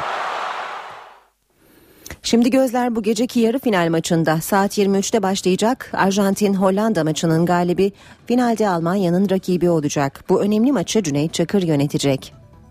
Şimdi gözler bu geceki yarı final maçında. Saat yirmi üçte başlayacak Arjantin-Hollanda maçının galibi finalde Almanya'nın rakibi olacak. Bu önemli maçı Cüneyt Çakır yönetecek.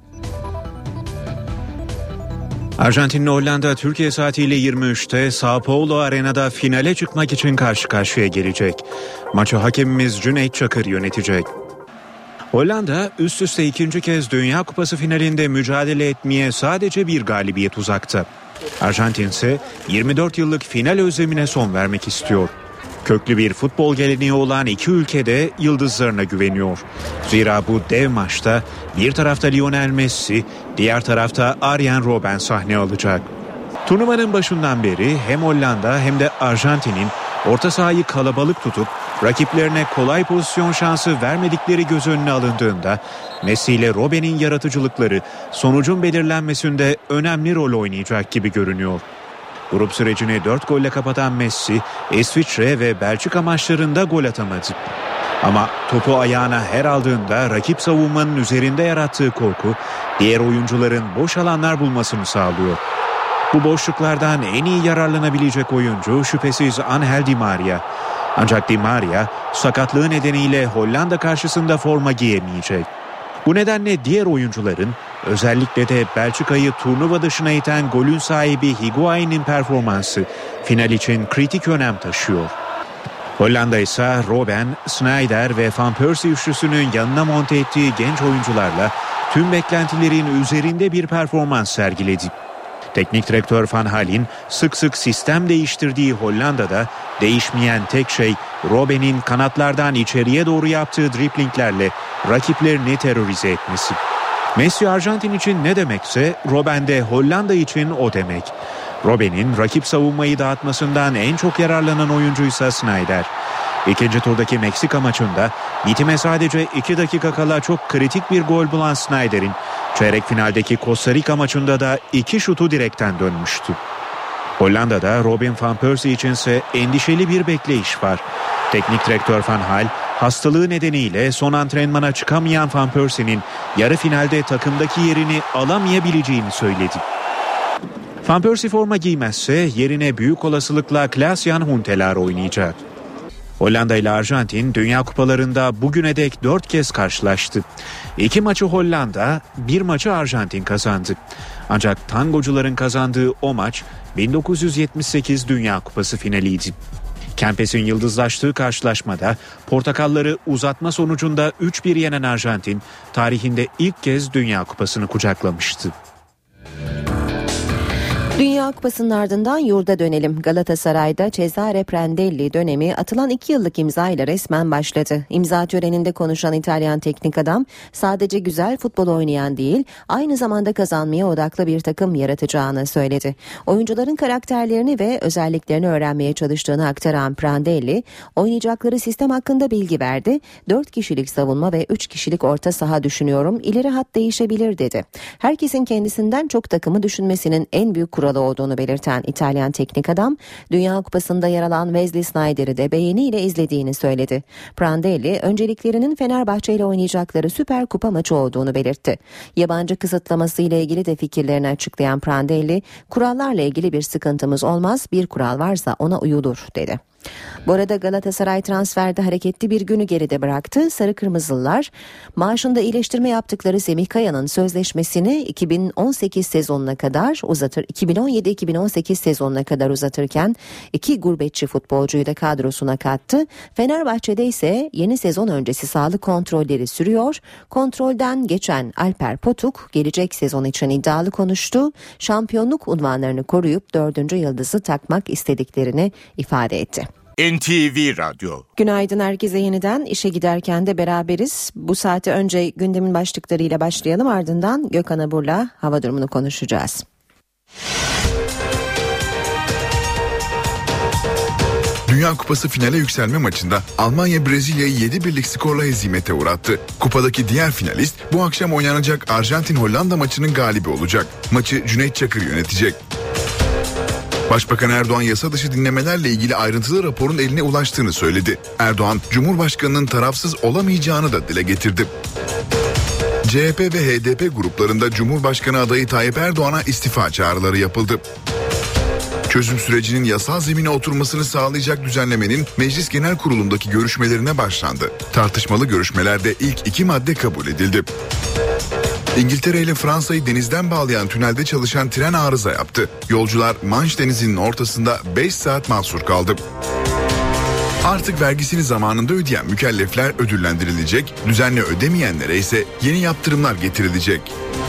Arjantin'le Hollanda Türkiye saatiyle yirmi üçte Sao Paulo Arena'da finale çıkmak için karşı karşıya gelecek. Maçı hakemimiz Cüneyt Çakır yönetecek. Hollanda üst üste ikinci kez Dünya Kupası finalinde mücadele etmeye sadece bir galibiyet uzakta. Arjantin ise yirmi dört yıllık final özlemine son vermek istiyor. Köklü bir futbol geleneği olan iki ülke de yıldızlarına güveniyor. Zira bu dev maçta bir tarafta Lionel Messi, diğer tarafta Arjen Robben sahne alacak. Turnuvanın başından beri hem Hollanda hem de Arjantin'in orta sahayı kalabalık tutup rakiplerine kolay pozisyon şansı vermedikleri göz önüne alındığında Messi ile Robben'in yaratıcılıkları sonucun belirlenmesinde önemli rol oynayacak gibi görünüyor. Grup sürecini dört golle kapatan Messi, İsviçre ve Belçika maçlarında gol atamadı. Ama topu ayağına her aldığında rakip savunmanın üzerinde yarattığı korku, diğer oyuncuların boş alanlar bulmasını sağlıyor. Bu boşluklardan en iyi yararlanabilecek oyuncu şüphesiz Angel Di Maria. Ancak Di Maria sakatlığı nedeniyle Hollanda karşısında forma giyemeyecek. Bu nedenle diğer oyuncuların, özellikle de Belçika'yı turnuva dışına iten golün sahibi Higuain'in performansı final için kritik önem taşıyor. Hollanda ise Robben, Sneijder ve Van Persie üçlüsünün yanına monte ettiği genç oyuncularla tüm beklentilerin üzerinde bir performans sergiledi. Teknik direktör Van Haal'in sık sık sistem değiştirdiği Hollanda'da değişmeyen tek şey Robben'in kanatlardan içeriye doğru yaptığı driplinglerle rakiplerini terörize etmesi. Messi Arjantin için ne demekse Robben de Hollanda için o demek. Robben'in rakip savunmayı dağıtmasından en çok yararlanan oyuncuysa Sneijder. İkinci turdaki Meksika maçında bitime sadece iki dakika kala çok kritik bir gol bulan Sneijder'in çeyrek finaldeki Costa Rica maçında da iki şutu direkten dönmüştü. Hollanda'da Robin van Persie içinse endişeli bir bekleyiş var. Teknik direktör Van Gaal hastalığı nedeniyle son antrenmana çıkamayan Van Persie'nin yarı finalde takımdaki yerini alamayabileceğini söyledi. Van Persie forma giymezse yerine büyük olasılıkla Klaas-Jan Huntelaar oynayacak. Hollanda ile Arjantin Dünya Kupalarında bugüne dek dört kez karşılaştı. İki maçı Hollanda, bir maçı Arjantin kazandı. Ancak tangocuların kazandığı o maç bin dokuz yüz yetmiş sekiz Dünya Kupası finaliydi. Kempes'in yıldızlaştığı karşılaşmada Portakalları uzatma sonucunda üç bir yenen Arjantin tarihinde ilk kez Dünya Kupası'nı kucaklamıştı. Dünya Kupası'nın ardından yurda dönelim. Galatasaray'da Cesare Prandelli dönemi atılan iki yıllık imza ile resmen başladı. İmza töreninde konuşan İtalyan teknik adam sadece güzel futbol oynayan değil, aynı zamanda kazanmaya odaklı bir takım yaratacağını söyledi. Oyuncuların karakterlerini ve özelliklerini öğrenmeye çalıştığını aktaran Prandelli, oynayacakları sistem hakkında bilgi verdi. dört kişilik savunma ve üç kişilik orta saha düşünüyorum. İleri hat değişebilir dedi. Herkesin kendisinden çok takımı düşünmesinin en büyük kuralı olduğunu belirten İtalyan teknik adam, Dünya Kupası'nda yer alan Wesley Sneijder'i de beğeniyle izlediğini söyledi. Prandelli, önceliklerinin Fenerbahçe ile oynayacakları Süper Kupa maçı olduğunu belirtti. Yabancı kısıtlaması ile ilgili de fikirlerini açıklayan Prandelli, kurallarla ilgili bir sıkıntımız olmaz, bir kural varsa ona uyulur dedi. Bu arada Galatasaray transferde hareketli bir günü geride bıraktı. Sarı Kırmızılılar maaşında iyileştirme yaptıkları Semih Kaya'nın sözleşmesini iki bin on sekiz sezonuna kadar uzatır, iki bin on yedi iki bin on sekiz sezonuna kadar uzatırken iki gurbetçi futbolcuyu da kadrosuna kattı. Fenerbahçe'de ise yeni sezon öncesi sağlık kontrolleri sürüyor. Kontrolden geçen Alper Potuk gelecek sezon için iddialı konuştu. Şampiyonluk unvanlarını koruyup dördüncü yıldızı takmak istediklerini ifade etti. N T V Radyo. Günaydın herkese, yeniden işe giderken de beraberiz. Bu saate önce gündemin başlıklarıyla başlayalım, ardından Gökhan Abur'la hava durumunu konuşacağız. Dünya Kupası finale yükselme maçında Almanya Brezilya'yı yedi birlik skorla hezimete uğrattı. Kupadaki diğer finalist bu akşam oynanacak Arjantin Hollanda maçının galibi olacak. Maçı Cüneyt Çakır yönetecek. Başbakan Erdoğan yasa dışı dinlemelerle ilgili ayrıntılı raporun eline ulaştığını söyledi. Erdoğan, Cumhurbaşkanı'nın tarafsız olamayacağını da dile getirdi. C H P ve H D P gruplarında Cumhurbaşkanı adayı Tayyip Erdoğan'a istifa çağrıları yapıldı. Çözüm sürecinin yasal zemine oturmasını sağlayacak düzenlemenin Meclis Genel Kurulu'ndaki görüşmelerine başlandı. Tartışmalı görüşmelerde ilk iki madde kabul edildi. İngiltere ile Fransa'yı denizden bağlayan tünelde çalışan tren arıza yaptı. Yolcular Manş Denizi'nin ortasında beş saat mahsur kaldı. Artık vergisini zamanında ödeyen mükellefler ödüllendirilecek, düzenli ödemeyenlere ise yeni yaptırımlar getirilecek.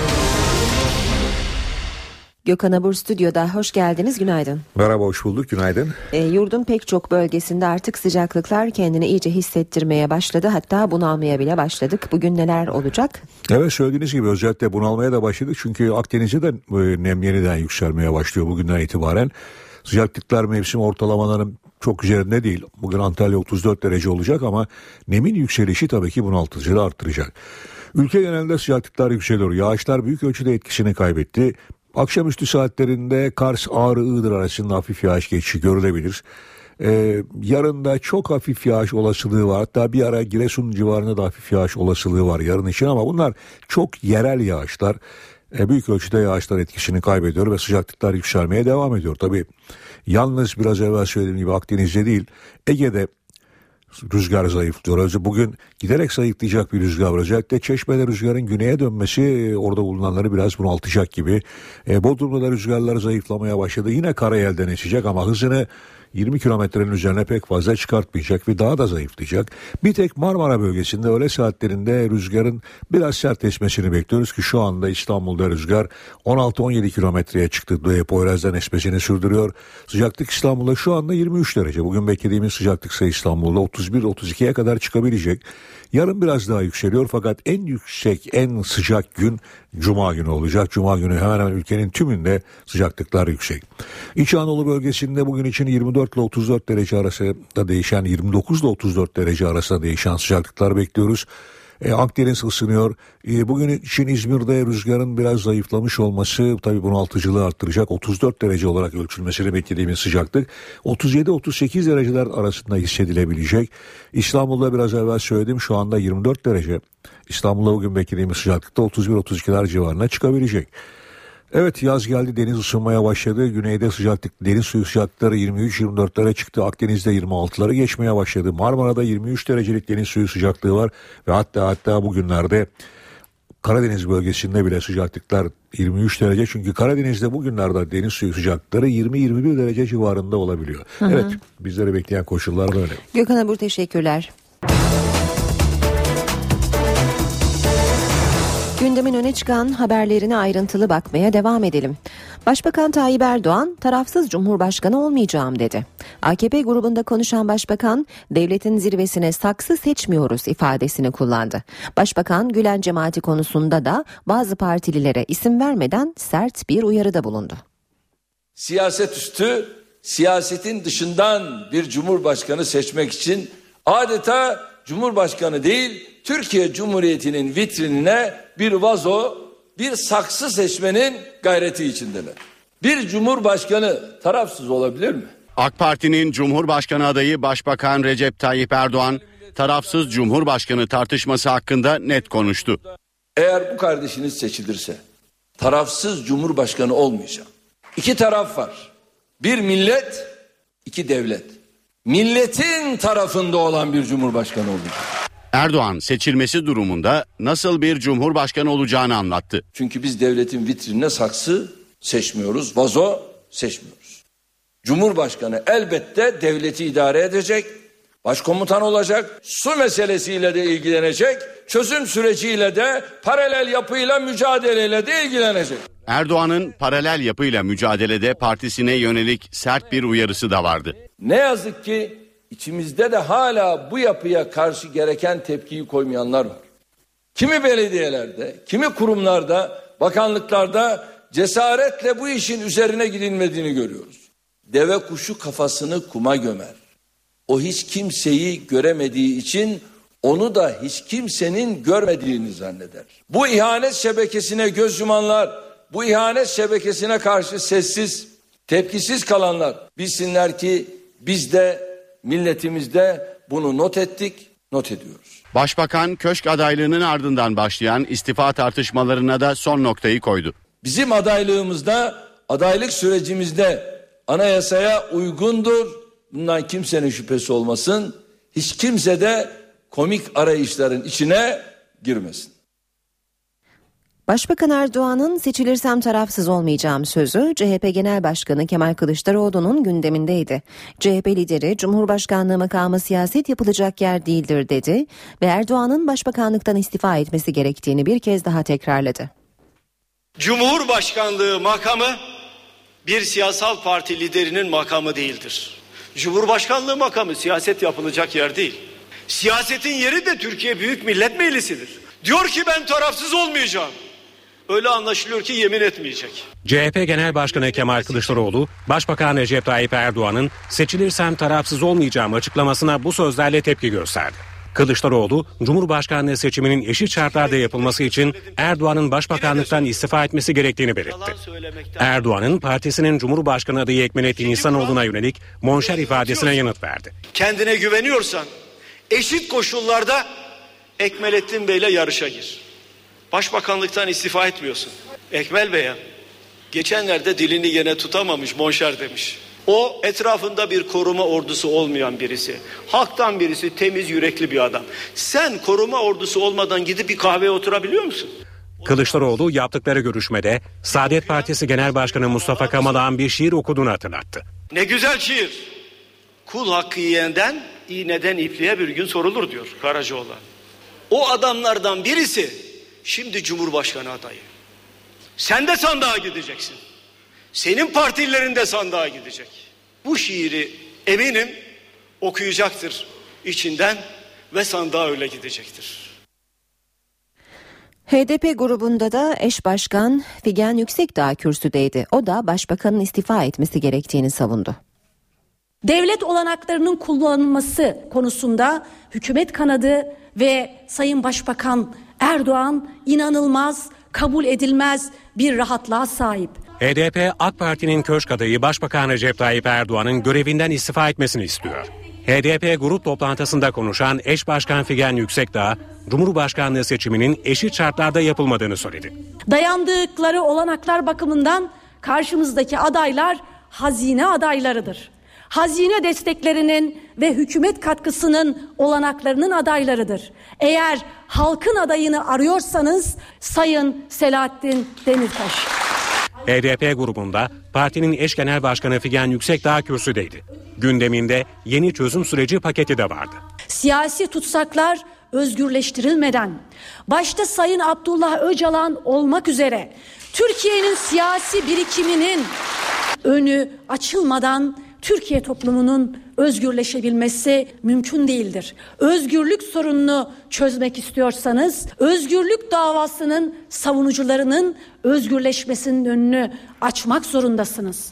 Gökhan Abur stüdyoda, hoş geldiniz, günaydın. Merhaba, hoş bulduk, günaydın. E, yurdun pek çok bölgesinde artık sıcaklıklar kendini iyice hissettirmeye başladı, hatta bunalmaya bile başladık. Bugün neler olacak? Evet, söylediğiniz gibi özellikle bunalmaya da başladık çünkü Akdeniz'de de nem yeniden yükselmeye başlıyor bugünden itibaren. Sıcaklıklar mevsim ortalamaların çok üzerinde değil. Bugün Antalya otuz dört derece olacak ama nemin yükselişi tabii ki bunaltıcılığı arttıracak. Ülke genelinde sıcaklıklar yükseliyor. Yağışlar büyük ölçüde etkisini kaybetti. Akşamüstü saatlerinde Kars, Ağrı, Iğdır arasında hafif yağış geçişi görülebilir. Ee, yarın da çok hafif yağış olasılığı var. Hatta bir ara Giresun civarında da hafif yağış olasılığı var yarın için ama bunlar çok yerel yağışlar. Ee, büyük ölçüde yağışlar etkisini kaybediyor ve sıcaklıklar yükselmeye devam ediyor. Tabii yalnız biraz evvel söylediğim gibi Akdeniz'de değil, Ege'de rüzgar zayıflıyor. Bugün giderek zayıflayacak bir rüzgar var. Özellikle Çeşme'de rüzgarın güneye dönmesi orada bulunanları biraz bunaltacak gibi. E, Bodrum'da da rüzgarlar zayıflamaya başladı. Yine karayelden esecek ama hızını yirmi kilometrenin üzerine pek fazla çıkartmayacak ve daha da zayıflayacak. Bir tek Marmara bölgesinde öğle saatlerinde rüzgarın biraz sert esmesini bekliyoruz ki şu anda İstanbul'da rüzgar on altı on yedi kilometreye çıktı. Poyraz'dan esmesini sürdürüyor. Sıcaklık İstanbul'da şu anda yirmi üç derece. Bugün beklediğimiz sıcaklık ise İstanbul'da otuz otuz bir otuz ikiye kadar çıkabilecek. Yarın biraz daha yükseliyor fakat en yüksek, en sıcak gün Cuma günü olacak. Cuma günü hemen hemen ülkenin tümünde sıcaklıklar yüksek. İç Anadolu bölgesinde bugün için yirmi dört ile otuz dört derece arasında değişen, yirmi dokuz ile otuz dört derece arasında değişen sıcaklıklar bekliyoruz. E, Akdeniz ısınıyor. E, bugün için İzmir'de rüzgarın biraz zayıflamış olması tabii bunaltıcılığı arttıracak. otuz dört derece olarak ölçülmesini beklediğimiz sıcaklık otuz yedi otuz sekiz dereceler arasında hissedilebilecek. İstanbul'da biraz evvel söyledim, şu anda yirmi dört derece. İstanbul'da bugün beklediğimiz sıcaklıkta otuz bir otuz ikiler civarına çıkabilecek. Evet, yaz geldi, deniz ısınmaya başladı. Güneyde sıcaklık, deniz suyu sıcaklıkları yirmi üç yirmi dörtlere çıktı. Akdeniz'de yirmi altıları geçmeye başladı. Marmara'da yirmi üç derecelik deniz suyu sıcaklığı var. Ve hatta hatta bugünlerde Karadeniz bölgesinde bile sıcaklıklar yirmi üç derece. Çünkü Karadeniz'de bugünlerde deniz suyu sıcaklıkları yirmi yirmi bir derece civarında olabiliyor. Hı hı. Evet, bizleri bekleyen koşullar böyle. Gökhan Abur, teşekkürler. Gündemin öne çıkan haberlerine ayrıntılı bakmaya devam edelim. Başbakan Tayyip Erdoğan tarafsız Cumhurbaşkanı olmayacağım dedi. A K P grubunda konuşan Başbakan, devletin zirvesine saksı seçmiyoruz ifadesini kullandı. Başbakan Gülen cemaati konusunda da bazı partililere isim vermeden sert bir uyarıda bulundu. Siyaset üstü, siyasetin dışından bir Cumhurbaşkanı seçmek için adeta Cumhurbaşkanı değil, Türkiye Cumhuriyeti'nin vitrinine bir vazo, bir saksı seçmenin gayreti içindeler. Bir Cumhurbaşkanı tarafsız olabilir mi? AK Parti'nin Cumhurbaşkanı adayı Başbakan Recep Tayyip Erdoğan, tarafsız Cumhurbaşkanı tartışması hakkında net konuştu. Eğer bu kardeşiniz seçilirse tarafsız Cumhurbaşkanı olmayacak. İki taraf var. Bir millet, iki devlet. Milletin tarafında olan bir Cumhurbaşkanı olacak. Erdoğan seçilmesi durumunda nasıl bir Cumhurbaşkanı olacağını anlattı. Çünkü biz devletin vitrinine saksı seçmiyoruz, vazo seçmiyoruz. Cumhurbaşkanı elbette devleti idare edecek, başkomutan olacak, su meselesiyle de ilgilenecek, çözüm süreciyle de paralel yapıyla mücadeleyle de ilgilenecek. Erdoğan'ın paralel yapıyla mücadelede partisine yönelik sert bir uyarısı da vardı. Ne yazık ki içimizde de hala bu yapıya karşı gereken tepkiyi koymayanlar var. Kimi belediyelerde, kimi kurumlarda, bakanlıklarda cesaretle bu işin üzerine gidilmediğini görüyoruz. Deve kuşu kafasını kuma gömer. O hiç kimseyi göremediği için onu da hiç kimsenin görmediğini zanneder. Bu ihanet şebekesine göz yumanlar, bu ihanet şebekesine karşı sessiz, tepkisiz kalanlar bilsinler ki biz de milletimizde bunu not ettik, not ediyoruz. Başbakan köşk adaylığının ardından başlayan istifa tartışmalarına da son noktayı koydu. Bizim adaylığımızda, adaylık sürecimizde anayasaya uygundur. Bundan kimsenin şüphesi olmasın. Hiç kimse de komik arayışların içine girmesin. Başbakan Erdoğan'ın seçilirsem tarafsız olmayacağım sözü C H P Genel Başkanı Kemal Kılıçdaroğlu'nun gündemindeydi. C H P lideri Cumhurbaşkanlığı makamı siyaset yapılacak yer değildir dedi ve Erdoğan'ın başbakanlıktan istifa etmesi gerektiğini bir kez daha tekrarladı. Cumhurbaşkanlığı makamı bir siyasal parti liderinin makamı değildir. Cumhurbaşkanlığı makamı siyaset yapılacak yer değil. Siyasetin yeri de Türkiye Büyük Millet Meclisi'dir. Diyor ki ben tarafsız olmayacağım. Öyle anlaşılıyor ki yemin etmeyecek. C H P Genel Başkanı Kemal Kılıçdaroğlu, Başbakan Recep Tayyip Erdoğan'ın seçilirsem tarafsız olmayacağım açıklamasına bu sözlerle tepki gösterdi. Kılıçdaroğlu, Cumhurbaşkanlığı seçiminin eşit şartlarda yapılması için Erdoğan'ın başbakanlıktan istifa etmesi gerektiğini belirtti. Erdoğan'ın partisinin Cumhurbaşkanı adayı Ekmelettin İhsanoğlu'na yönelik monşer ifadesine yanıt verdi. Kendine güveniyorsan eşit koşullarda Ekmelettin Bey'le yarışa gir. Başbakanlıktan istifa etmiyorsun. Ekmel Bey'e geçenlerde dilini gene tutamamış, monşer demiş. O etrafında bir koruma ordusu olmayan birisi. Halktan birisi, temiz yürekli bir adam. Sen koruma ordusu olmadan gidip bir kahveye oturabiliyor musun? Kılıçdaroğlu yaptıkları görüşmede Saadet Partisi Genel Başkanı Mustafa Kemal'ın bir şiir okuduğunu hatırlattı. Ne güzel şiir. Kul hakkı yiyenden, iğneden ipliğe bir gün sorulur diyor Karacaoğlan. O adamlardan birisi şimdi Cumhurbaşkanı adayı. Sen de sandığa gideceksin. Senin partililerin de sandığa gidecek. Bu şiiri eminim okuyacaktır. içinden ve sandığa öyle gidecektir. H D P grubunda da eş başkan Figen Yüksekdağ kürsüdeydi. O da başbakanın istifa etmesi gerektiğini savundu. Devlet olanaklarının kullanılması konusunda hükümet kanadı ve Sayın Başbakan Erdoğan inanılmaz, kabul edilmez bir rahatlığa sahip. H D P, AK Parti'nin köşk adayı Başbakan Recep Tayyip Erdoğan'ın görevinden istifa etmesini istiyor. H D P grup toplantısında konuşan eş başkan Figen Yüksekdağ, Cumhurbaşkanlığı seçiminin eşit şartlarda yapılmadığını söyledi. Dayandıkları olanaklar bakımından karşımızdaki adaylar hazine adaylarıdır. Hazine desteklerinin ve hükümet katkısının olanaklarının adaylarıdır. Eğer halkın adayını arıyorsanız Sayın Selahattin Demirtaş. H D P grubunda partinin eş genel başkanı Figen Yüksekdağ kürsüdeydi. Gündeminde yeni çözüm süreci paketi de vardı. Siyasi tutsaklar özgürleştirilmeden, başta Sayın Abdullah Öcalan olmak üzere Türkiye'nin siyasi birikiminin önü açılmadan Türkiye toplumunun özgürleşebilmesi mümkün değildir. Özgürlük sorununu çözmek istiyorsanız, özgürlük davasının savunucularının özgürleşmesinin önünü açmak zorundasınız.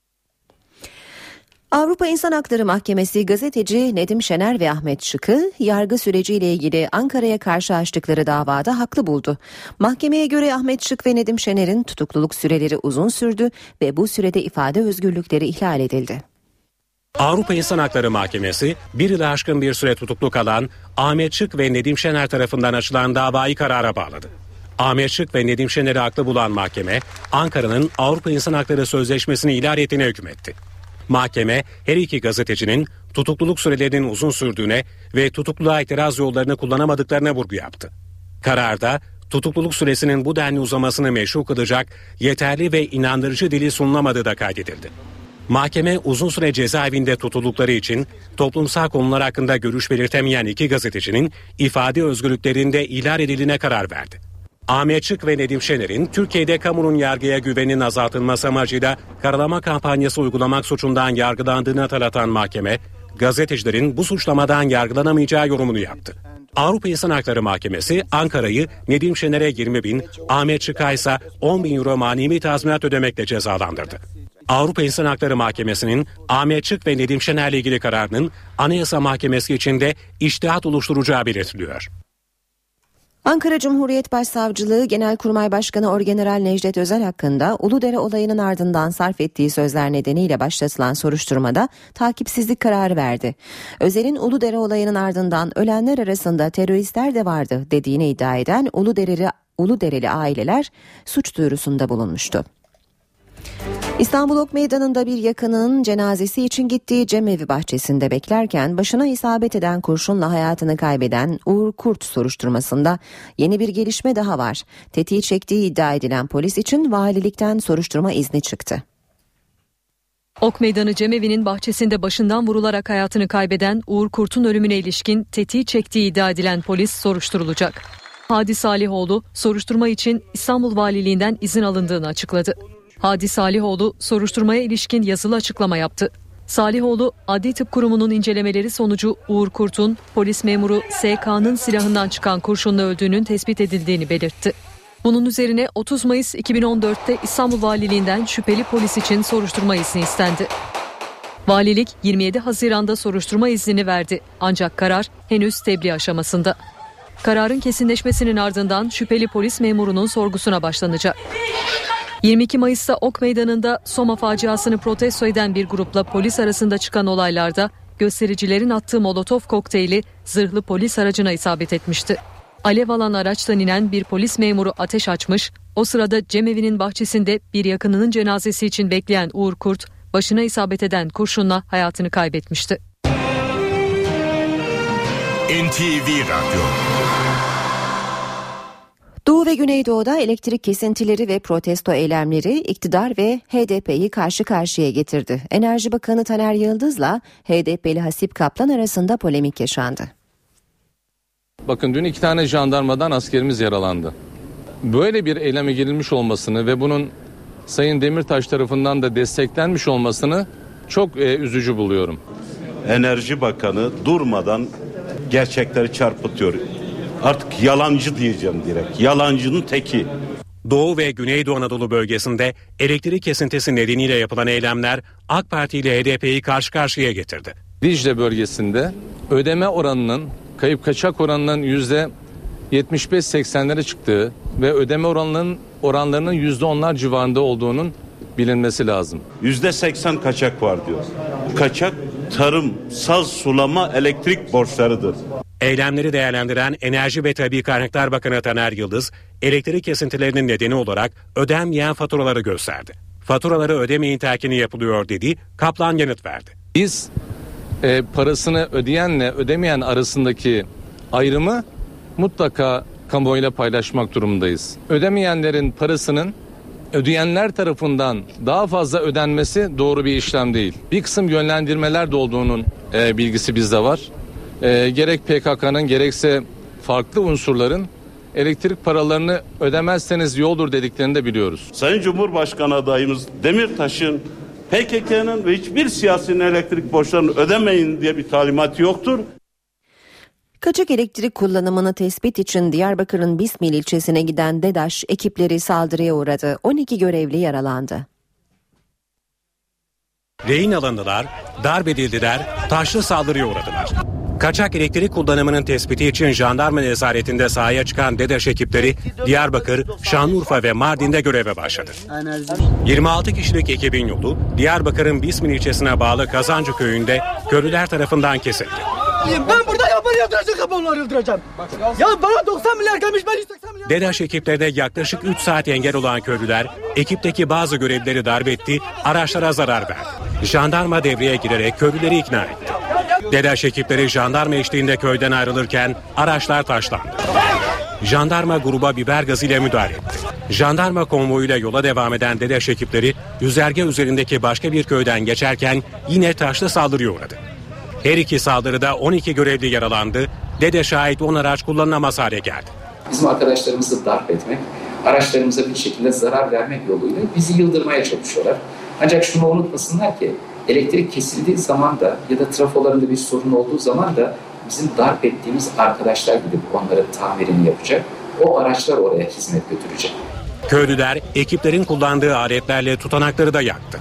Avrupa İnsan Hakları Mahkemesi gazeteci Nedim Şener ve Ahmet Şık'ı yargı süreciyle ilgili Ankara'ya karşı açtıkları davada haklı buldu. Mahkemeye göre Ahmet Şık ve Nedim Şener'in tutukluluk süreleri uzun sürdü ve bu sürede ifade özgürlükleri ihlal edildi. Avrupa İnsan Hakları Mahkemesi bir yılı aşkın bir süre tutuklu kalan Ahmet Şık ve Nedim Şener tarafından açılan davayı karara bağladı. Ahmet Şık ve Nedim Şener'i haklı bulan mahkeme, Ankara'nın Avrupa İnsan Hakları Sözleşmesi'ni ihlal ettiğine hükmetti. Mahkeme, her iki gazetecinin tutukluluk sürelerinin uzun sürdüğüne ve tutukluluğa itiraz yollarını kullanamadıklarına vurgu yaptı. Kararda, tutukluluk süresinin bu denli uzamasını meşru kılacak yeterli ve inandırıcı delil sunulamadığı da kaydedildi. Mahkeme, uzun süre cezaevinde tutuldukları için toplumsal konular hakkında görüş belirtemeyen iki gazetecinin ifade özgürlüklerinde ihlal edildiğine karar verdi. Ahmet Şık ve Nedim Şener'in Türkiye'de kamunun yargıya güveninin azaltılması amacıyla karalama kampanyası uygulamak suçundan yargılandığını hatırlatan mahkeme, gazetecilerin bu suçlamadan yargılanamayacağı yorumunu yaptı. Avrupa İnsan Hakları Mahkemesi Ankara'yı Nedim Şener'e yirmi bin, Ahmet Şık'a ise on bin euro manevi tazminat ödemekle cezalandırdı. Avrupa İnsan Hakları Mahkemesi'nin Ahmet Şık ve Nedim Şener'le ilgili kararının Anayasa Mahkemesi içinde içtihat oluşturacağı belirtiliyor. Ankara Cumhuriyet Başsavcılığı Genelkurmay Başkanı Orgeneral Necdet Özel hakkında Uludere olayının ardından sarf ettiği sözler nedeniyle başlatılan soruşturmada takipsizlik kararı verdi. Özel'in Uludere olayının ardından ölenler arasında teröristler de vardı dediğini iddia eden Uludereli, Uludereli aileler suç duyurusunda bulunmuştu. İstanbul Ok Meydanı'nda bir yakının cenazesi için gittiği cemevi bahçesinde beklerken başına isabet eden kurşunla hayatını kaybeden Uğur Kurt soruşturmasında yeni bir gelişme daha var. Tetiği çektiği iddia edilen polis için valilikten soruşturma izni çıktı. Ok Meydanı cemevi'nin bahçesinde başından vurularak hayatını kaybeden Uğur Kurt'un ölümüne ilişkin tetiği çektiği iddia edilen polis soruşturulacak. Hadi Salihoğlu soruşturma için İstanbul Valiliğinden izin alındığını açıkladı. Hadi Salihoğlu soruşturmaya ilişkin yazılı açıklama yaptı. Salihoğlu, Adli Tıp Kurumu'nun incelemeleri sonucu Uğur Kurt'un polis memuru S K'nın silahından çıkan kurşunla öldüğünün tespit edildiğini belirtti. Bunun üzerine otuz Mayıs iki bin on dörtte İstanbul Valiliğinden şüpheli polis için soruşturma izni istendi. Valilik yirmi yedi Haziran'da soruşturma iznini verdi ancak karar henüz tebliğ aşamasında. Kararın kesinleşmesinin ardından şüpheli polis memurunun sorgusuna başlanacak. yirmi iki Mayıs'ta Ok Meydanı'nda Soma faciasını protesto eden bir grupla polis arasında çıkan olaylarda göstericilerin attığı molotof kokteyli zırhlı polis aracına isabet etmişti. Alev alan araçtan inen bir polis memuru ateş açmış, o sırada cemevinin bahçesinde bir yakınının cenazesi için bekleyen Uğur Kurt, başına isabet eden kurşunla hayatını kaybetmişti. N T V Radyo. Doğu ve Güneydoğu'da elektrik kesintileri ve protesto eylemleri iktidar ve H D P'yi karşı karşıya getirdi. Enerji Bakanı Taner Yıldız'la H D P'li Hasip Kaplan arasında polemik yaşandı. Bakın dün iki tane jandarmadan askerimiz yaralandı. Böyle bir eyleme girilmiş olmasını ve bunun Sayın Demirtaş tarafından da desteklenmiş olmasını çok e, üzücü buluyorum. Enerji Bakanı durmadan gerçekleri çarpıtıyor. Artık yalancı diyeceğim direkt. Yalancının teki. Doğu ve Güneydoğu Anadolu bölgesinde elektrik kesintisi nedeniyle yapılan eylemler AK Parti ile H D P'yi karşı karşıya getirdi. Dicle bölgesinde ödeme oranının, kayıp kaçak oranının yüzde yetmiş beş seksenlere çıktığı ve ödeme oranlarının oranlarının yüzde onlar civarında olduğunun bilinmesi lazım. Yüzde seksen kaçak var diyor. Kaçak tarım, saz, sulama, elektrik borçlarıdır. Eylemleri değerlendiren Enerji ve Tabii Kaynaklar Bakanı Taner Yıldız, elektrik kesintilerinin nedeni olarak ödenmeyen faturaları gösterdi. Faturaları ödemeyin telkini yapılıyor dedi, Kaplan yanıt verdi. Biz e, parasını ödeyenle ödemeyen arasındaki ayrımı mutlaka kamuoyuyla paylaşmak durumundayız. Ödemeyenlerin parasının ödeyenler tarafından daha fazla ödenmesi doğru bir işlem değil. Bir kısım yönlendirmeler de olduğunun e, bilgisi bizde var. E, gerek P K K'nın gerekse farklı unsurların elektrik paralarını ödemezseniz yoldur dediklerini de biliyoruz. Sayın Cumhurbaşkanı adayımız Demirtaş'ın P K K'nın ve hiçbir siyasinin elektrik borçlarını ödemeyin diye bir talimatı yoktur. Kaçak elektrik kullanımını tespit için Diyarbakır'ın Bismil ilçesine giden DEDAŞ ekipleri saldırıya uğradı. on iki görevli yaralandı. Rehin alındılar, darp edildiler, taşlı saldırıya uğradılar. Kaçak elektrik kullanımının tespiti için jandarma nezaretinde sahaya çıkan DEDAŞ ekipleri Diyarbakır, Şanlıurfa ve Mardin'de göreve başladı. yirmi altı kişilik ekibin yolu Diyarbakır'ın Bismil ilçesine bağlı Kazancı köyünde köylüler tarafından kesildi. Ben burada yaban yıldıracak kabuğunları yıldıracağım. Ya bana doksan milyar gelmiş, ben yüz seksen milyar. DEDAŞ ekiplerine yaklaşık üç saat engel olan köylüler ekipteki bazı görevlileri darp etti, araçlara zarar verdi. Jandarma devreye girerek köylüleri ikna etti. DEDAŞ ekipleri jandarma eşliğinde köyden ayrılırken araçlar taşlandı. Jandarma gruba biber gazıyla müdahale etti. Jandarma konvoyuyla yola devam eden DEDAŞ ekipleri yüzerge üzerindeki başka bir köyden geçerken yine taşlı saldırıya uğradı. Her iki saldırıda on iki görevli yaralandı, DEDAŞ'a ait on araç kullanılamaz hale geldi. Bizim arkadaşlarımızı darp etmek, araçlarımıza bir şekilde zarar vermek yoluyla bizi yıldırmaya çalışıyorlar. Ancak şunu unutmasınlar ki elektrik kesildiği zaman da ya da trafolarında bir sorun olduğu zaman da bizim darp ettiğimiz arkadaşlar gidip onların tamirini yapacak. O araçlar oraya hizmet götürecek. Köylüler ekiplerin kullandığı aletlerle tutanakları da yaktı.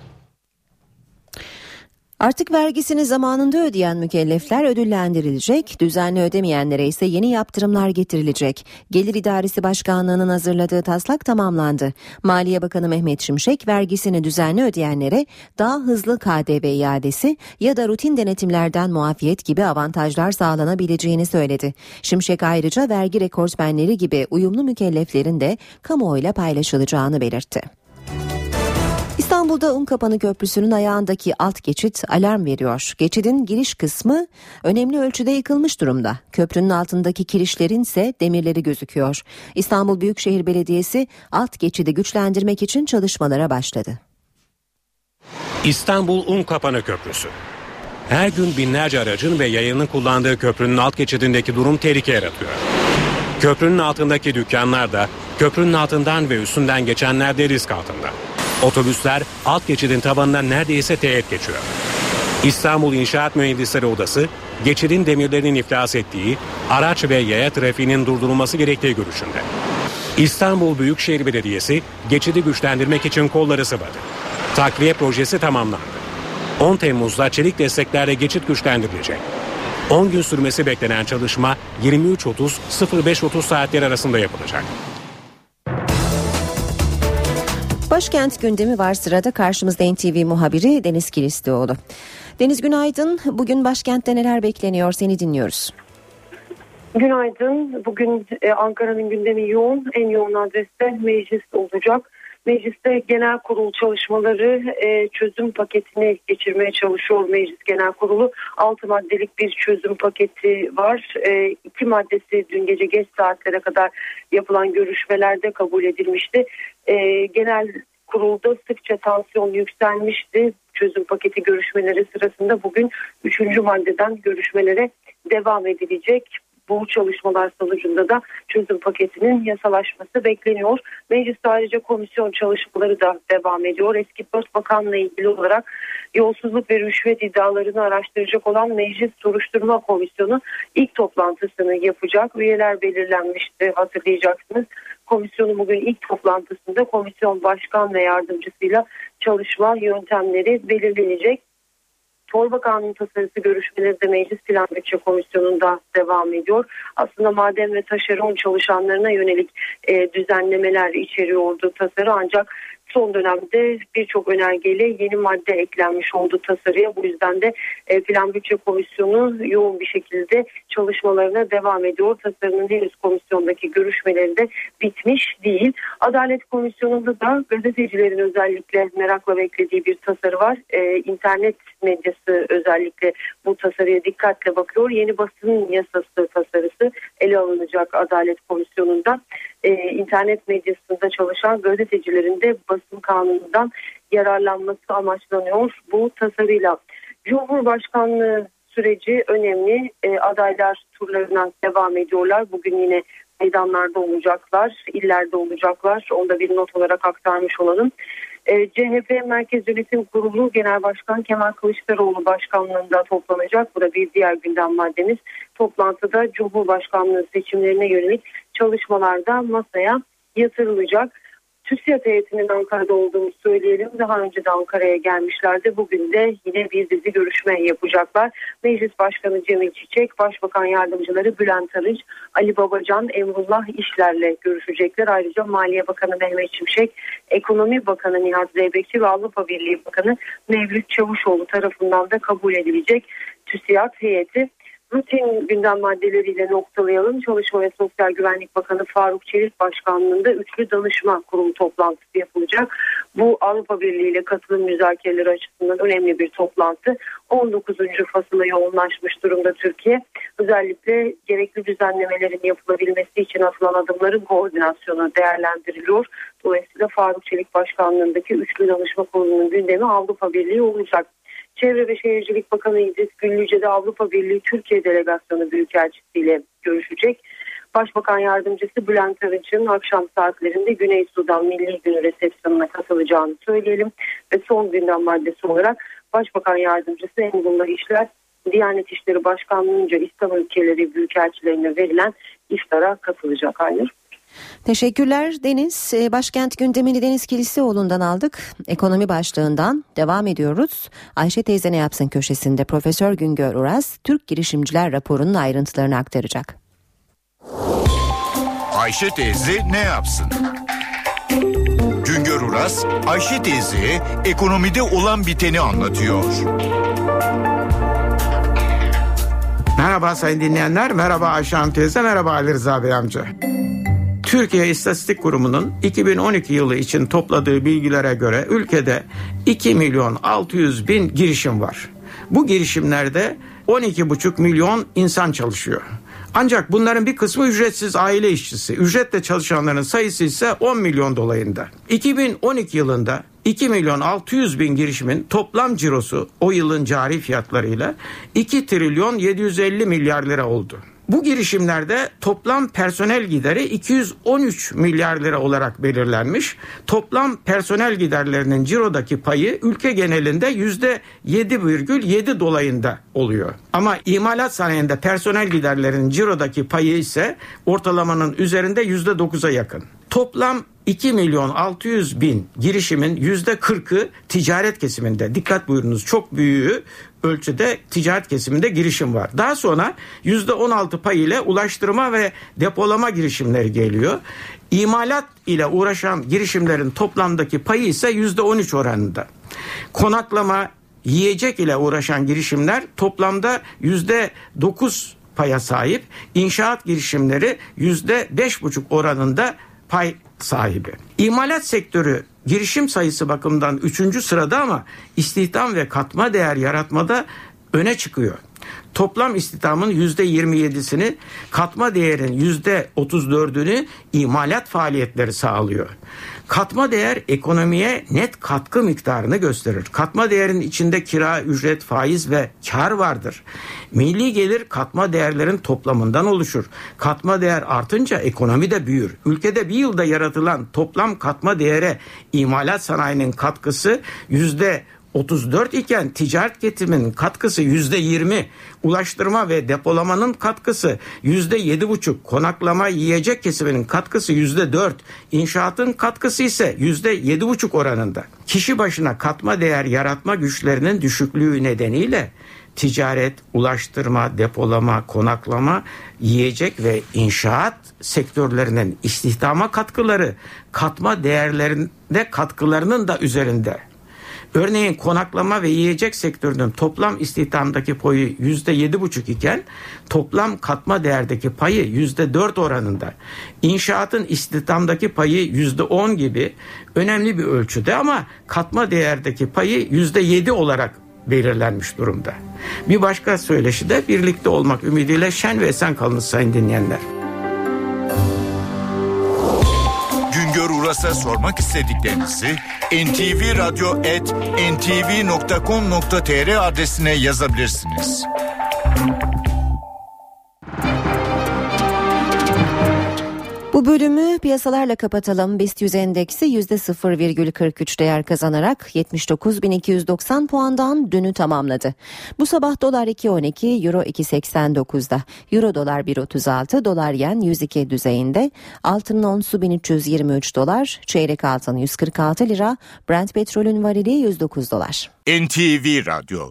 Artık vergisini zamanında ödeyen mükellefler ödüllendirilecek, düzenli ödemeyenlere ise yeni yaptırımlar getirilecek. Gelir İdaresi Başkanlığı'nın hazırladığı taslak tamamlandı. Maliye Bakanı Mehmet Şimşek, vergisini düzenli ödeyenlere daha hızlı K D V iadesi ya da rutin denetimlerden muafiyet gibi avantajlar sağlanabileceğini söyledi. Şimşek ayrıca vergi rekortmenleri gibi uyumlu mükelleflerin de kamuoyuyla paylaşılacağını belirtti. İstanbul'da Unkapanı Köprüsü'nün ayağındaki alt geçit alarm veriyor. Geçidin giriş kısmı önemli ölçüde yıkılmış durumda. Köprünün altındaki kirişlerin ise demirleri gözüküyor. İstanbul Büyükşehir Belediyesi alt geçidi güçlendirmek için çalışmalara başladı. İstanbul Unkapanı Köprüsü. Her gün binlerce aracın ve yayının kullandığı köprünün alt geçidindeki durum tehlike yaratıyor. Köprünün altındaki dükkanlar da köprünün altından ve üstünden geçenler de risk altında. Otobüsler alt geçidin tabanına neredeyse teğet geçiyor. İstanbul İnşaat Mühendisleri Odası, geçidin demirlerinin iflas ettiği, araç ve yaya trafiğinin durdurulması gerektiği görüşünde. İstanbul Büyükşehir Belediyesi, geçidi güçlendirmek için kolları sıvadı. Takviye projesi tamamlandı. on Temmuz'da çelik desteklerle geçit güçlendirilecek. on gün sürmesi beklenen çalışma yirmi üç otuz - beş otuz saatler arasında yapılacak. Başkent gündemi var sırada, karşımızda N T V muhabiri Deniz Kilislioğlu. Deniz, günaydın. Bugün başkentte neler bekleniyor, seni dinliyoruz. Günaydın. Bugün e, Ankara'nın gündemi yoğun. En yoğun adreste meclis olacak. Mecliste genel kurul çalışmaları e, çözüm paketini geçirmeye çalışıyor Meclis Genel Kurulu. altı maddelik bir çözüm paketi var. E, iki maddesi dün gece geç saatlere kadar yapılan görüşmelerde kabul edilmişti. E, genel kurulda sıkça tansiyon yükselmişti. Çözüm paketi görüşmeleri sırasında bugün üçüncü maddeden görüşmelere devam edilecek. Bu çalışmalar sonucunda da çözüm paketinin yasalaşması bekleniyor. Mecliste ayrıca komisyon çalışmaları da devam ediyor. Eski dört bakanla ilgili olarak yolsuzluk ve rüşvet iddialarını araştıracak olan Meclis Soruşturma Komisyonu ilk toplantısını yapacak. Üyeler belirlenmişti, hatırlayacaksınız. Komisyonun bugün ilk toplantısında komisyon başkan ve yardımcısıyla çalışma yöntemleri belirlenecek. Torba Kanunu tasarısı görüşmeleri de Meclis Plan Bütçe Komisyonu'nda devam ediyor. Aslında maden ve taşeron çalışanlarına yönelik e, düzenlemeler içeriyordu tasarı, ancak son dönemde birçok önergeyle yeni madde eklenmiş oldu tasarıya. Bu yüzden de e, Plan Bütçe Komisyonu yoğun bir şekilde çalışmalarına devam ediyor. Tasarının henüz komisyondaki görüşmeleri de bitmiş değil. Adalet Komisyonu'nda da gazetecilerin özellikle merakla beklediği bir tasarı var. E, internet medyası özellikle bu tasarıya dikkatle bakıyor. Yeni basın yasası tasarısı ele alınacak Adalet Komisyonu'nda. Ee, internet medyasında çalışan gazetecilerin de basın kanunundan yararlanması amaçlanıyor bu tasarıyla. Cumhurbaşkanlığı süreci önemli. Ee, adaylar turlarına devam ediyorlar. Bugün yine meydanlarda olacaklar, illerde olacaklar. Onu da bir not olarak aktarmış olalım. E, C H P Merkez Yönetim Kurulu Genel Başkan Kemal Kılıçdaroğlu başkanlığında toplanacak. Bu da bir diğer gündem maddemiz. Toplantıda Cumhurbaşkanlığı seçimlerine yönelik çalışmalarda masaya yatırılacak. TÜSİAD heyetinin Ankara'da olduğunu söyleyelim. Daha önce de Ankara'ya gelmişlerdi. Bugün de yine bir dizi görüşme yapacaklar. Meclis Başkanı Cemil Çiçek, Başbakan Yardımcıları Bülent Arınç, Ali Babacan, Emrullah İşler'le görüşecekler. Ayrıca Maliye Bakanı Mehmet Şimşek, Ekonomi Bakanı Nihat Zeybekçi ve Avrupa Birliği Bakanı Mevlüt Çavuşoğlu tarafından da kabul edilecek TÜSİAD heyeti. Rutin gündem maddeleriyle noktalayalım. Çalışma ve Sosyal Güvenlik Bakanı Faruk Çelik başkanlığında üçlü danışma kurulu toplantısı yapılacak. Bu Avrupa Birliği ile katılım müzakereleri açısından önemli bir toplantı. on dokuzuncu fasıla yoğunlaşmış durumda Türkiye. Özellikle gerekli düzenlemelerin yapılabilmesi için atılan adımların koordinasyonu değerlendiriliyor. Dolayısıyla Faruk Çelik başkanlığındaki üçlü danışma kurulunun gündemi Avrupa Birliği olacak. Çevre ve Şehircilik Bakanı İdris Güllüce de Avrupa Birliği Türkiye Delegasyonu Büyükelçisiyle görüşecek. Başbakan Yardımcısı Bülent Arınç'ın akşam saatlerinde Güney Sudan Milli Günü resepsiyonuna katılacağını söyleyelim. Ve son gündem maddesi olarak Başbakan Yardımcısı Emrullah İşler, Diyanet İşleri Başkanlığı'nca İslam ülkeleri büyükelçilerine verilen iftara katılacak. Aynur. Teşekkürler Deniz. Başkent gündemini Deniz Kiliseoğlu'ndan aldık. Ekonomi başlığından devam ediyoruz. Ayşe teyze ne yapsın köşesinde Profesör Güngör Uras, Türk girişimciler raporunun ayrıntılarını aktaracak. Ayşe teyze ne yapsın? Güngör Uras, Ayşe teyze ekonomide olan biteni anlatıyor. Merhaba sayın dinleyenler, merhaba Ayşe Hanım teyze, merhaba Ali Rıza Bey amca. Türkiye İstatistik Kurumu'nun iki bin on iki yılı için topladığı bilgilere göre ülkede iki milyon altı yüz bin girişim var. Bu girişimlerde on iki buçuk milyon insan çalışıyor. Ancak bunların bir kısmı ücretsiz aile işçisi. Ücretle çalışanların sayısı ise on milyon dolayında. iki bin on iki yılında iki milyon altı yüz bin girişimin toplam cirosu o yılın cari fiyatlarıyla iki trilyon yedi yüz elli milyar lira oldu. Bu girişimlerde toplam personel gideri iki yüz on üç milyar lira olarak belirlenmiş. Toplam personel giderlerinin cirodaki payı ülke genelinde yüzde yedi virgül yedi dolayında oluyor. Ama imalat sanayinde personel giderlerinin cirodaki payı ise ortalamanın üzerinde yüzde dokuza yakın. Toplam iki milyon altı yüz bin girişimin yüzde kırkı ticaret kesiminde. Dikkat buyurunuz, çok büyüğü ölçüde ticaret kesiminde girişim var. Daha sonra yüzde on altı pay ile ulaştırma ve depolama girişimleri geliyor. İmalat ile uğraşan girişimlerin toplamdaki payı ise yüzde on üç oranında. Konaklama, yiyecek ile uğraşan girişimler toplamda yüzde dokuz paya sahip. İnşaat girişimleri yüzde beş buçuk oranında pay sahibi. İmalat sektörü girişim sayısı bakımından üçüncü sırada ama istihdam ve katma değer yaratmada öne çıkıyor. toplam istihdamın yüzde yirmi yedisini, katma değerin yüzde otuz dördünü imalat faaliyetleri sağlıyor. Katma değer ekonomiye net katkı miktarını gösterir. Katma değerin içinde kira, ücret, faiz ve kar vardır. Milli gelir katma değerlerin toplamından oluşur. Katma değer artınca ekonomi de büyür. Ülkede bir yılda yaratılan toplam katma değere imalat sanayinin katkısı yüzde otuz dört iken ticaret getiriminin katkısı yüzde yirmi, ulaştırma ve depolamanın katkısı yüzde yedi buçuk, konaklama yiyecek kesiminin katkısı yüzde dört, inşaatın katkısı ise yüzde yedi buçuk oranında. Kişi başına katma değer yaratma güçlerinin düşüklüğü nedeniyle ticaret, ulaştırma, depolama, konaklama, yiyecek ve inşaat sektörlerinin istihdama katkıları katma değerlerinde katkılarının da üzerinde. Örneğin konaklama ve yiyecek sektörünün toplam istihdamdaki payı yüzde yedi buçuk iken toplam katma değerdeki payı yüzde dört oranında. İnşaatın istihdamdaki payı yüzde on gibi önemli bir ölçüde ama katma değerdeki payı yüzde yedi olarak belirlenmiş durumda. Bir başka söyleşi de birlikte olmak ümidiyle şen ve esen kalınız sayın dinleyenler. Güngör Uras'a sormak istediklerinizi en ti vi radyo at en ti vi nokta com nokta tr adresine yazabilirsiniz. Bu bölümü piyasalarla kapatalım. BIST yüz endeksi yüzde sıfır virgül kırk üç değer kazanarak yetmiş dokuz bin iki yüz doksan puandan dünü tamamladı. Bu sabah dolar iki virgül on iki, euro iki virgül seksen dokuzda, euro dolar bir virgül otuz altı, dolar yen yüz iki düzeyinde, altının onsu bin üç yüz yirmi üç dolar, çeyrek altın yüz kırk altı lira, Brent petrolün varili yüz dokuz dolar. en ti vi Radyo.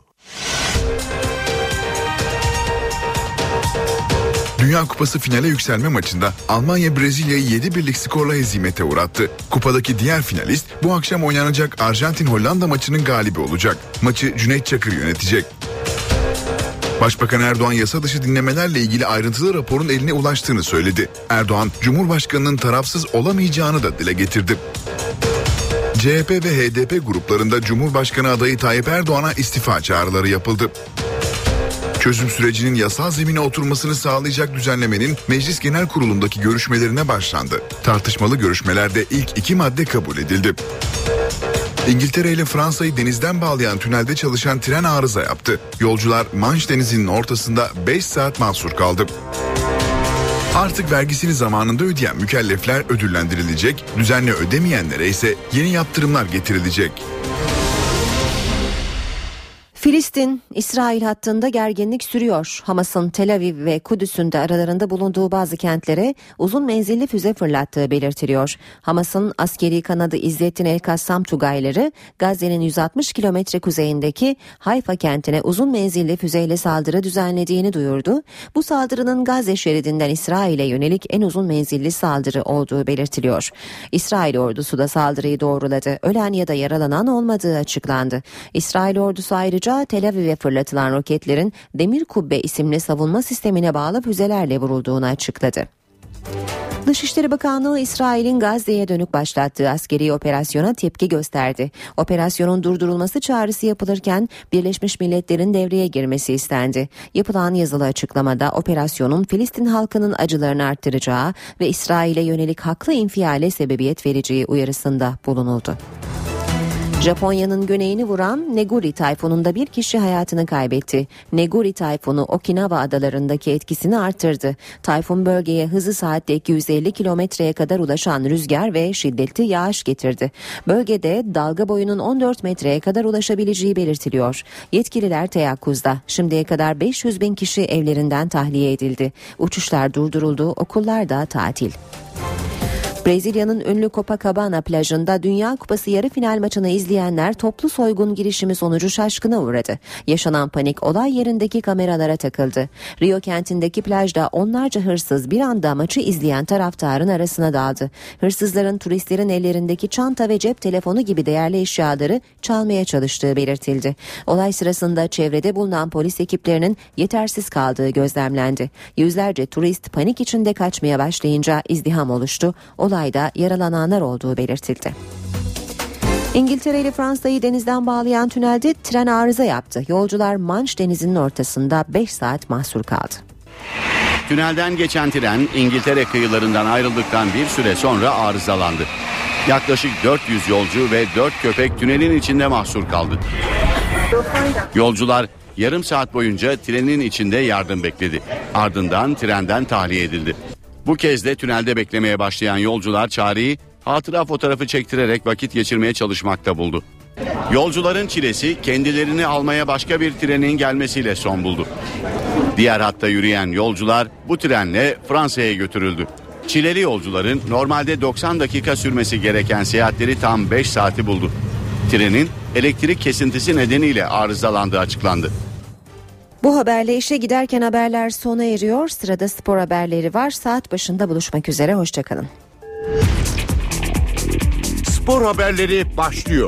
Dünya Kupası finale yükselme maçında Almanya Brezilya'yı yedi birlik skorla hezimete uğrattı. Kupadaki diğer finalist bu akşam oynanacak Arjantin-Hollanda maçının galibi olacak. Maçı Cüneyt Çakır yönetecek. Başbakan Erdoğan yasa dışı dinlemelerle ilgili ayrıntılı raporun eline ulaştığını söyledi. Erdoğan, Cumhurbaşkanı'nın tarafsız olamayacağını da dile getirdi. C H P ve H D P gruplarında Cumhurbaşkanı adayı Tayyip Erdoğan'a istifa çağrıları yapıldı. Çözüm sürecinin yasal zemine oturmasını sağlayacak düzenlemenin Meclis Genel Kurulu'ndaki görüşmelerine başlandı. Tartışmalı görüşmelerde ilk iki madde kabul edildi. İngiltere ile Fransa'yı denizden bağlayan tünelde çalışan tren arıza yaptı. Yolcular Manş Denizi'nin ortasında beş saat mahsur kaldı. Artık vergisini zamanında ödeyen mükellefler ödüllendirilecek, düzenli ödemeyenlere ise yeni yaptırımlar getirilecek. Filistin, İsrail hattında gerginlik sürüyor. Hamas'ın Tel Aviv ve Kudüs'ün de aralarında bulunduğu bazı kentlere uzun menzilli füze fırlattığı belirtiliyor. Hamas'ın askeri kanadı İzzettin El-Kassam Tugayları, Gazze'nin yüz altmış kilometre kuzeyindeki Hayfa kentine uzun menzilli füzeyle saldırı düzenlediğini duyurdu. Bu saldırının Gazze şeridinden İsrail'e yönelik en uzun menzilli saldırı olduğu belirtiliyor. İsrail ordusu da saldırıyı doğruladı. Ölen ya da yaralanan olmadığı açıklandı. İsrail ordusu ayrıca Tel Aviv'e fırlatılan roketlerin Demir Kubbe isimli savunma sistemine bağlı füzelerle vurulduğunu açıkladı. Dışişleri Bakanlığı İsrail'in Gazze'ye dönük başlattığı askeri operasyona tepki gösterdi. Operasyonun durdurulması çağrısı yapılırken Birleşmiş Milletler'in devreye girmesi istendi. Yapılan yazılı açıklamada operasyonun Filistin halkının acılarını arttıracağı ve İsrail'e yönelik haklı infiale sebebiyet vereceği uyarısında bulunuldu. Japonya'nın güneyini vuran Neguri tayfununda bir kişi hayatını kaybetti. Neguri tayfunu Okinawa adalarındaki etkisini artırdı. Tayfun bölgeye hızı saatte iki yüz elli kilometreye kadar ulaşan rüzgar ve şiddetli yağış getirdi. Bölgede dalga boyunun on dört metreye kadar ulaşabileceği belirtiliyor. Yetkililer teyakkuzda. Şimdiye kadar beş yüz bin kişi evlerinden tahliye edildi. Uçuşlar durduruldu, okullar da tatil. Brezilya'nın ünlü Copacabana plajında Dünya Kupası yarı final maçını izleyenler toplu soygun girişimi sonucu şaşkına uğradı. Yaşanan panik olay yerindeki kameralara takıldı. Rio kentindeki plajda onlarca hırsız bir anda maçı izleyen taraftarın arasına daldı. Hırsızların turistlerin ellerindeki çanta ve cep telefonu gibi değerli eşyaları çalmaya çalıştığı belirtildi. Olay sırasında çevrede bulunan polis ekiplerinin yetersiz kaldığı gözlemlendi. Yüzlerce turist panik içinde kaçmaya başlayınca izdiham oluştu. Olayda yaralananlar olduğu belirtildi. İngiltere ile Fransa'yı denizden bağlayan tünelde tren arıza yaptı. Yolcular Manş Denizi'nin ortasında beş saat mahsur kaldı. Tünelden geçen tren İngiltere kıyılarından ayrıldıktan bir süre sonra arızalandı. Yaklaşık dört yüz yolcu ve dört köpek tünelin içinde mahsur kaldı. Yolcular yarım saat boyunca trenin içinde yardım bekledi. Ardından trenden tahliye edildi. Bu kez de tünelde beklemeye başlayan yolcular çareyi hatıra fotoğrafı çektirerek vakit geçirmeye çalışmakta buldu. Yolcuların çilesi kendilerini almaya başka bir trenin gelmesiyle son buldu. Diğer hatta yürüyen yolcular bu trenle Fransa'ya götürüldü. Çileli yolcuların normalde doksan dakika sürmesi gereken seyahatleri tam beş saati buldu. Trenin elektrik kesintisi nedeniyle arızalandığı açıklandı. Bu haberle işe giderken haberler sona eriyor. Sırada spor haberleri var. Saat başında buluşmak üzere. Hoşçakalın. Spor haberleri başlıyor.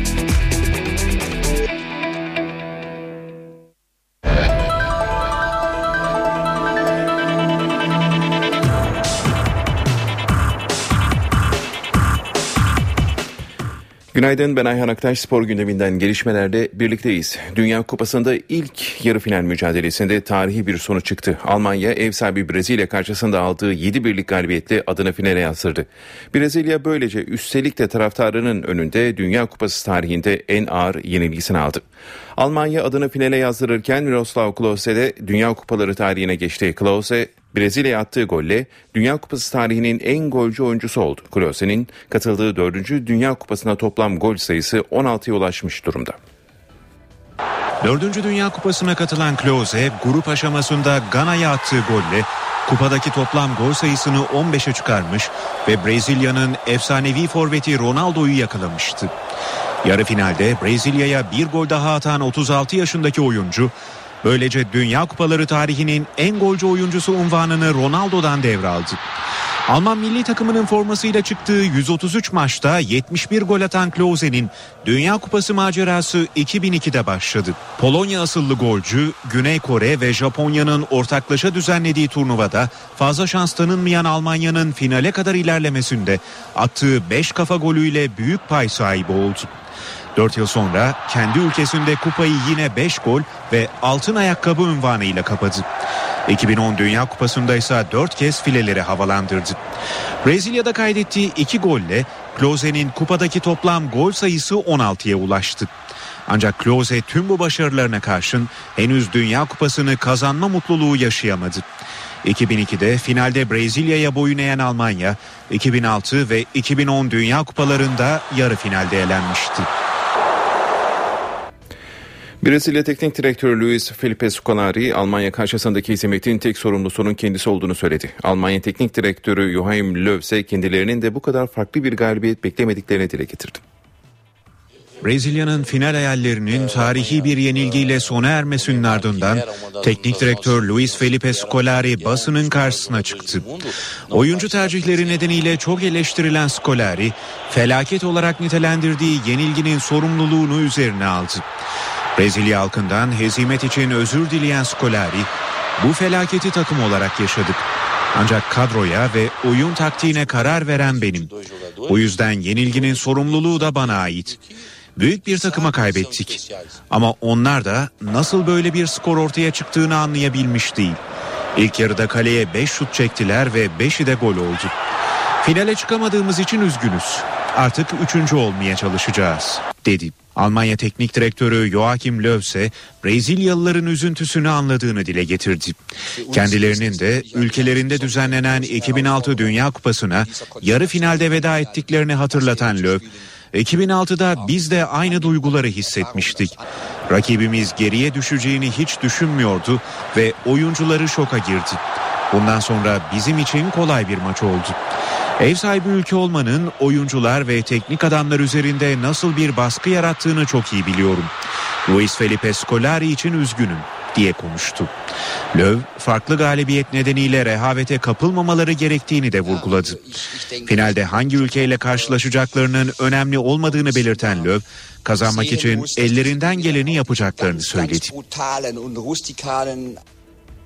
Günaydın, ben Ayhan Aktaş. Spor gündeminden gelişmelerle birlikteyiz. Dünya Kupası'nda ilk yarı final mücadelesinde tarihi bir sonuç çıktı. Almanya ev sahibi Brezilya karşısında aldığı yedi birlik galibiyetle adını finale yazdırdı. Brezilya böylece üstelik de taraftarının önünde Dünya Kupası tarihinde en ağır yenilgisini aldı. Almanya adını finale yazdırırken Miroslav Klose de Dünya Kupaları tarihine geçti. Klose Brezilya'ya attığı golle Dünya Kupası tarihinin en golcü oyuncusu oldu. Klose'nin katıldığı dördüncü Dünya Kupası'na toplam gol sayısı on altıya ulaşmış durumda. Dördüncü Dünya Kupası'na katılan Klose grup aşamasında Gana'ya attığı golle kupadaki toplam gol sayısını on beşe çıkarmış ve Brezilya'nın efsanevi forveti Ronaldo'yu yakalamıştı. Yarı finalde Brezilya'ya bir gol daha atan otuz altı yaşındaki oyuncu böylece Dünya Kupaları tarihinin en golcü oyuncusu unvanını Ronaldo'dan devraldı. Alman milli takımının formasıyla çıktığı yüz otuz üç maçta yetmiş bir gol atan Klose'nin Dünya Kupası macerası iki bin ikide başladı. Polonya asıllı golcü Güney Kore ve Japonya'nın ortaklaşa düzenlediği turnuvada fazla şans tanınmayan Almanya'nın finale kadar ilerlemesinde attığı beş kafa golüyle büyük pay sahibi oldu. dört yıl sonra kendi ülkesinde kupayı yine beş gol ve altın ayakkabı unvanıyla kapadı. iki bin on Dünya Kupası'nda ise dört kez fileleri havalandırdı. Brezilya'da kaydettiği iki golle Klose'nin kupadaki toplam gol sayısı on altıya ulaştı. Ancak Klose tüm bu başarılarına karşın henüz Dünya Kupası'nı kazanma mutluluğu yaşayamadı. iki bin ikide finalde Brezilya'ya boyun eğen Almanya, iki bin altı ve iki bin on Dünya Kupalarında yarı finalde elenmişti. Brezilya Teknik Direktörü Luis Felipe Scolari, Almanya karşısındaki hizmetin tek sorumlusunun kendisi olduğunu söyledi. Almanya Teknik Direktörü Joachim Löw ise kendilerinin de bu kadar farklı bir galibiyet beklemediklerini dile getirdi. Brezilya'nın final hayallerinin tarihi bir yenilgiyle sona ermesinin ardından teknik direktör Luis Felipe Scolari basının karşısına çıktı. Oyuncu tercihleri nedeniyle çok eleştirilen Scolari, felaket olarak nitelendirdiği yenilginin sorumluluğunu üzerine aldı. Brezilya halkından hezimet için özür dileyen Scolari, bu felaketi takım olarak yaşadık. Ancak kadroya ve oyun taktiğine karar veren benim. O yüzden yenilginin sorumluluğu da bana ait. Büyük bir takıma kaybettik. Ama onlar da nasıl böyle bir skor ortaya çıktığını anlayabilmiş değil. İlk yarıda kaleye beş şut çektiler ve beşi de gol oldu. Finale çıkamadığımız için üzgünüz. Artık üçüncü olmaya çalışacağız, dedi. Almanya Teknik Direktörü Joachim Löw ise Brezilyalıların üzüntüsünü anladığını dile getirdi. Kendilerinin de ülkelerinde düzenlenen iki bin altı Dünya Kupası'na yarı finalde veda ettiklerini hatırlatan Löw, iki bin altıda biz de aynı duyguları hissetmiştik. Rakibimiz geriye düşeceğini hiç düşünmüyordu ve oyuncuları şoka girdi. Bundan sonra bizim için kolay bir maç oldu. Ev sahibi ülke olmanın oyuncular ve teknik adamlar üzerinde nasıl bir baskı yarattığını çok iyi biliyorum. Luis Felipe Scolari için üzgünüm, diye konuştu. Löw, farklı galibiyet nedeniyle rehavete kapılmamaları gerektiğini de vurguladı. Finalde hangi ülkeyle karşılaşacaklarının önemli olmadığını belirten Löw, kazanmak için ellerinden geleni yapacaklarını söyledi.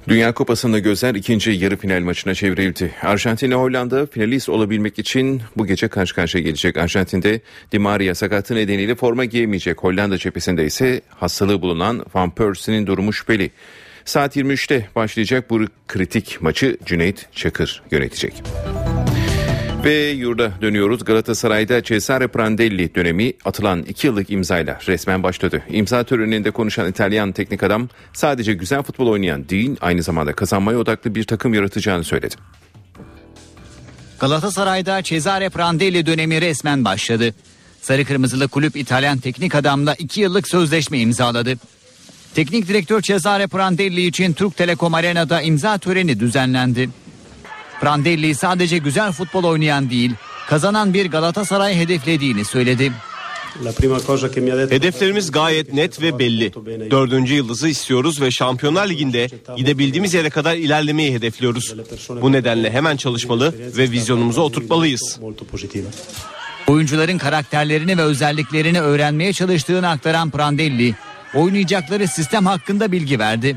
Dünya Kupası'nda gözler ikinci yarı final maçına çevrildi. Arjantin ile Hollanda finalist olabilmek için bu gece karşı karşıya gelecek. Arjantin'de Di Maria sakatlığı nedeniyle forma giyemeyecek. Hollanda cephesinde ise hastalığı bulunan Van Persie'nin durumu şüpheli. Saat yirmi üçte başlayacak bu kritik maçı Cüneyt Çakır yönetecek. Ve yurda dönüyoruz. Galatasaray'da Cesare Prandelli dönemi atılan iki yıllık imzayla resmen başladı. İmza töreninde konuşan İtalyan teknik adam sadece güzel futbol oynayan değil, aynı zamanda kazanmaya odaklı bir takım yaratacağını söyledi. Galatasaray'da Cesare Prandelli dönemi resmen başladı. Sarı Kırmızılı kulüp İtalyan teknik adamla iki yıllık sözleşme imzaladı. Teknik direktör Cesare Prandelli için Türk Telekom Arena'da imza töreni düzenlendi. Prandelli sadece güzel futbol oynayan değil, kazanan bir Galatasaray hedeflediğini söyledi. Hedeflerimiz gayet net ve belli. Dördüncü yıldızı istiyoruz ve Şampiyonlar Ligi'nde gidebildiğimiz yere kadar ilerlemeyi hedefliyoruz. Bu nedenle hemen çalışmalı ve vizyonumuzu oturtmalıyız. Oyuncuların karakterlerini ve özelliklerini öğrenmeye çalıştığını aktaran Prandelli, oynayacakları sistem hakkında bilgi verdi.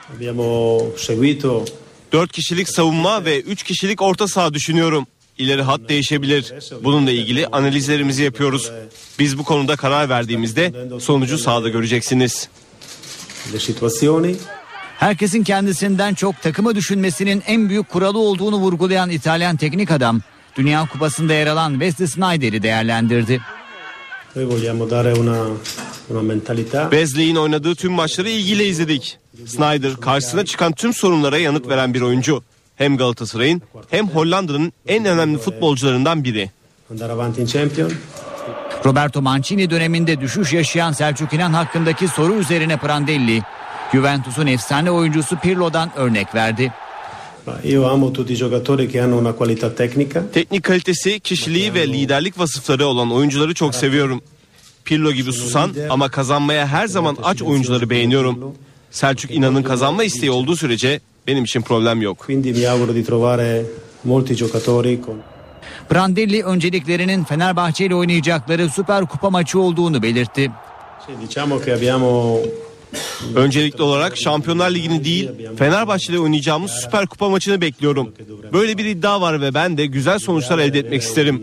Dört kişilik savunma ve üç kişilik orta saha düşünüyorum. İleri hat değişebilir. Bununla ilgili analizlerimizi yapıyoruz. Biz bu konuda karar verdiğimizde sonucu sahada göreceksiniz. Herkesin kendisinden çok takımı düşünmesinin en büyük kuralı olduğunu vurgulayan İtalyan teknik adam, Dünya Kupası'nda yer alan Wesley Sneijder'i değerlendirdi. Wesley'in oynadığı tüm maçları ilgiyle izledik. Sneijder karşısına çıkan tüm sorunlara yanıt veren bir oyuncu. Hem Galatasaray'ın hem Hollanda'nın en önemli futbolcularından biri. Roberto Mancini döneminde düşüş yaşayan Selçuk İnan hakkındaki soru üzerine Prandelli, Juventus'un efsane oyuncusu Pirlo'dan örnek verdi. Teknik kalitesi, kişiliği ve liderlik vasıfları olan oyuncuları çok seviyorum. Pirlo gibi susan ama kazanmaya her zaman aç oyuncuları beğeniyorum. Selçuk İnan'ın kazanma isteği olduğu sürece benim için problem yok. Prandelli önceliklerinin Fenerbahçe ile oynayacakları Süper Kupa maçı olduğunu belirtti. Öncelikli olarak Şampiyonlar Ligi'ni değil, Fenerbahçe ile oynayacağımız Süper Kupa maçını bekliyorum. Böyle bir iddia var ve ben de güzel sonuçlar elde etmek isterim.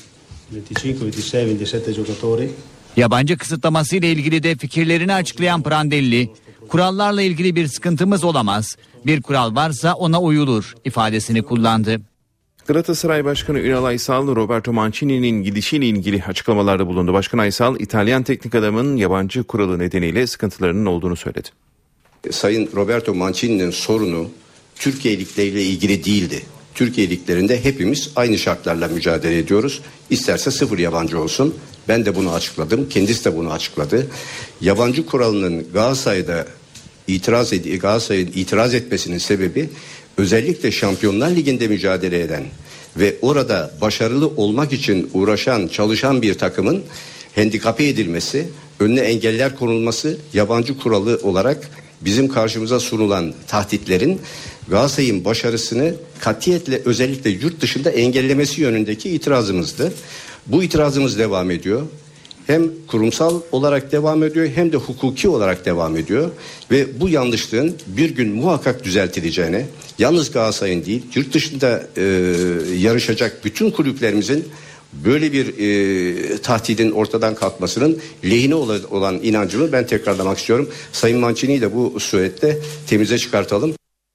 Yabancı kısıtlaması ile ilgili de fikirlerini açıklayan Prandelli, kurallarla ilgili bir sıkıntımız olamaz. Bir kural varsa ona uyulur ifadesini kullandı. Galatasaray Başkanı Ünal Aysal, Roberto Mancini'nin gidişiyle ilgili açıklamalarda bulundu. Başkan Aysal, İtalyan teknik adamın yabancı kuralı nedeniyle sıkıntılarının olduğunu söyledi. Sayın Roberto Mancini'nin sorunu Türkiye ligleriyle ilgili değildi. Türkiye liglerinde hepimiz aynı şartlarla mücadele ediyoruz. İsterse sıfır yabancı olsun. Ben de bunu açıkladım. Kendisi de bunu açıkladı. Yabancı kuralının Galatasaray'da itiraz ed- Galatasaray'ın itiraz etmesinin sebebi özellikle Şampiyonlar Ligi'nde mücadele eden ve orada başarılı olmak için uğraşan, çalışan bir takımın handikape edilmesi, önüne engeller konulması, yabancı kuralı olarak bizim karşımıza sunulan tahditlerin Galatasaray'ın başarısını katiyetle özellikle yurt dışında engellemesi yönündeki itirazımızdı. Bu itirazımız devam ediyor. Hem kurumsal olarak devam ediyor hem de hukuki olarak devam ediyor. Ve bu yanlışlığın bir gün muhakkak düzeltileceğine, yalnız Galatasaray'ın değil, yurt dışında e, yarışacak bütün kulüplerimizin böyle bir e, tahdidin ortadan kalkmasının lehine olan inancımı ben tekrarlamak istiyorum. Sayın Mancini'yi de bu surette temize çıkartalım.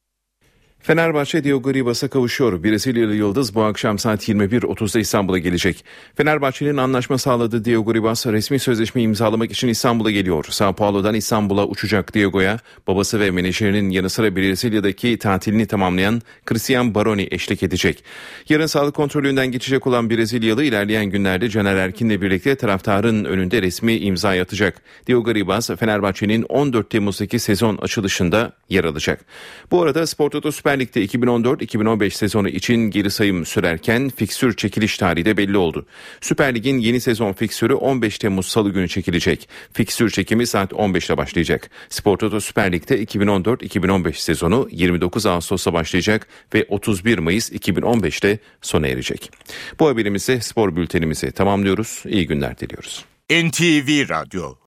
Fenerbahçe Diogo Ribas'a kavuşuyor. Brezilyalı Yıldız bu akşam saat yirmi bir otuzda İstanbul'a gelecek. Fenerbahçe'nin anlaşma sağladığı Diogo Ribas resmi sözleşme imzalamak için İstanbul'a geliyor. Sao Paulo'dan İstanbul'a uçacak Diogo'ya babası ve menajerinin yanı sıra Brezilya'daki tatilini tamamlayan Cristian Baroni eşlik edecek. Yarın sağlık kontrolünden geçecek olan Brezilyalı ilerleyen günlerde Caner Erkin'le birlikte taraftarın önünde resmi imza atacak. Diogo Ribas Fenerbahçe'nin on dört Temmuz'daki sezon açılışında yer alacak. Bu arada Spor Toto Süper Lig'de iki bin on dört iki bin on beş sezonu için geri sayım sürerken fiksür çekiliş tarihi de belli oldu. Süper Lig'in yeni sezon fiksürü on beş Temmuz Salı günü çekilecek. Fiksür çekimi saat on beşte başlayacak. Spor Toto Süper Lig'de iki bin on dört iki bin on beş sezonu yirmi dokuz Ağustos'ta başlayacak ve otuz bir Mayıs iki bin on beşte sona erecek. Bu haberimizle spor bültenimizi tamamlıyoruz. İyi günler diliyoruz. N T V Radyo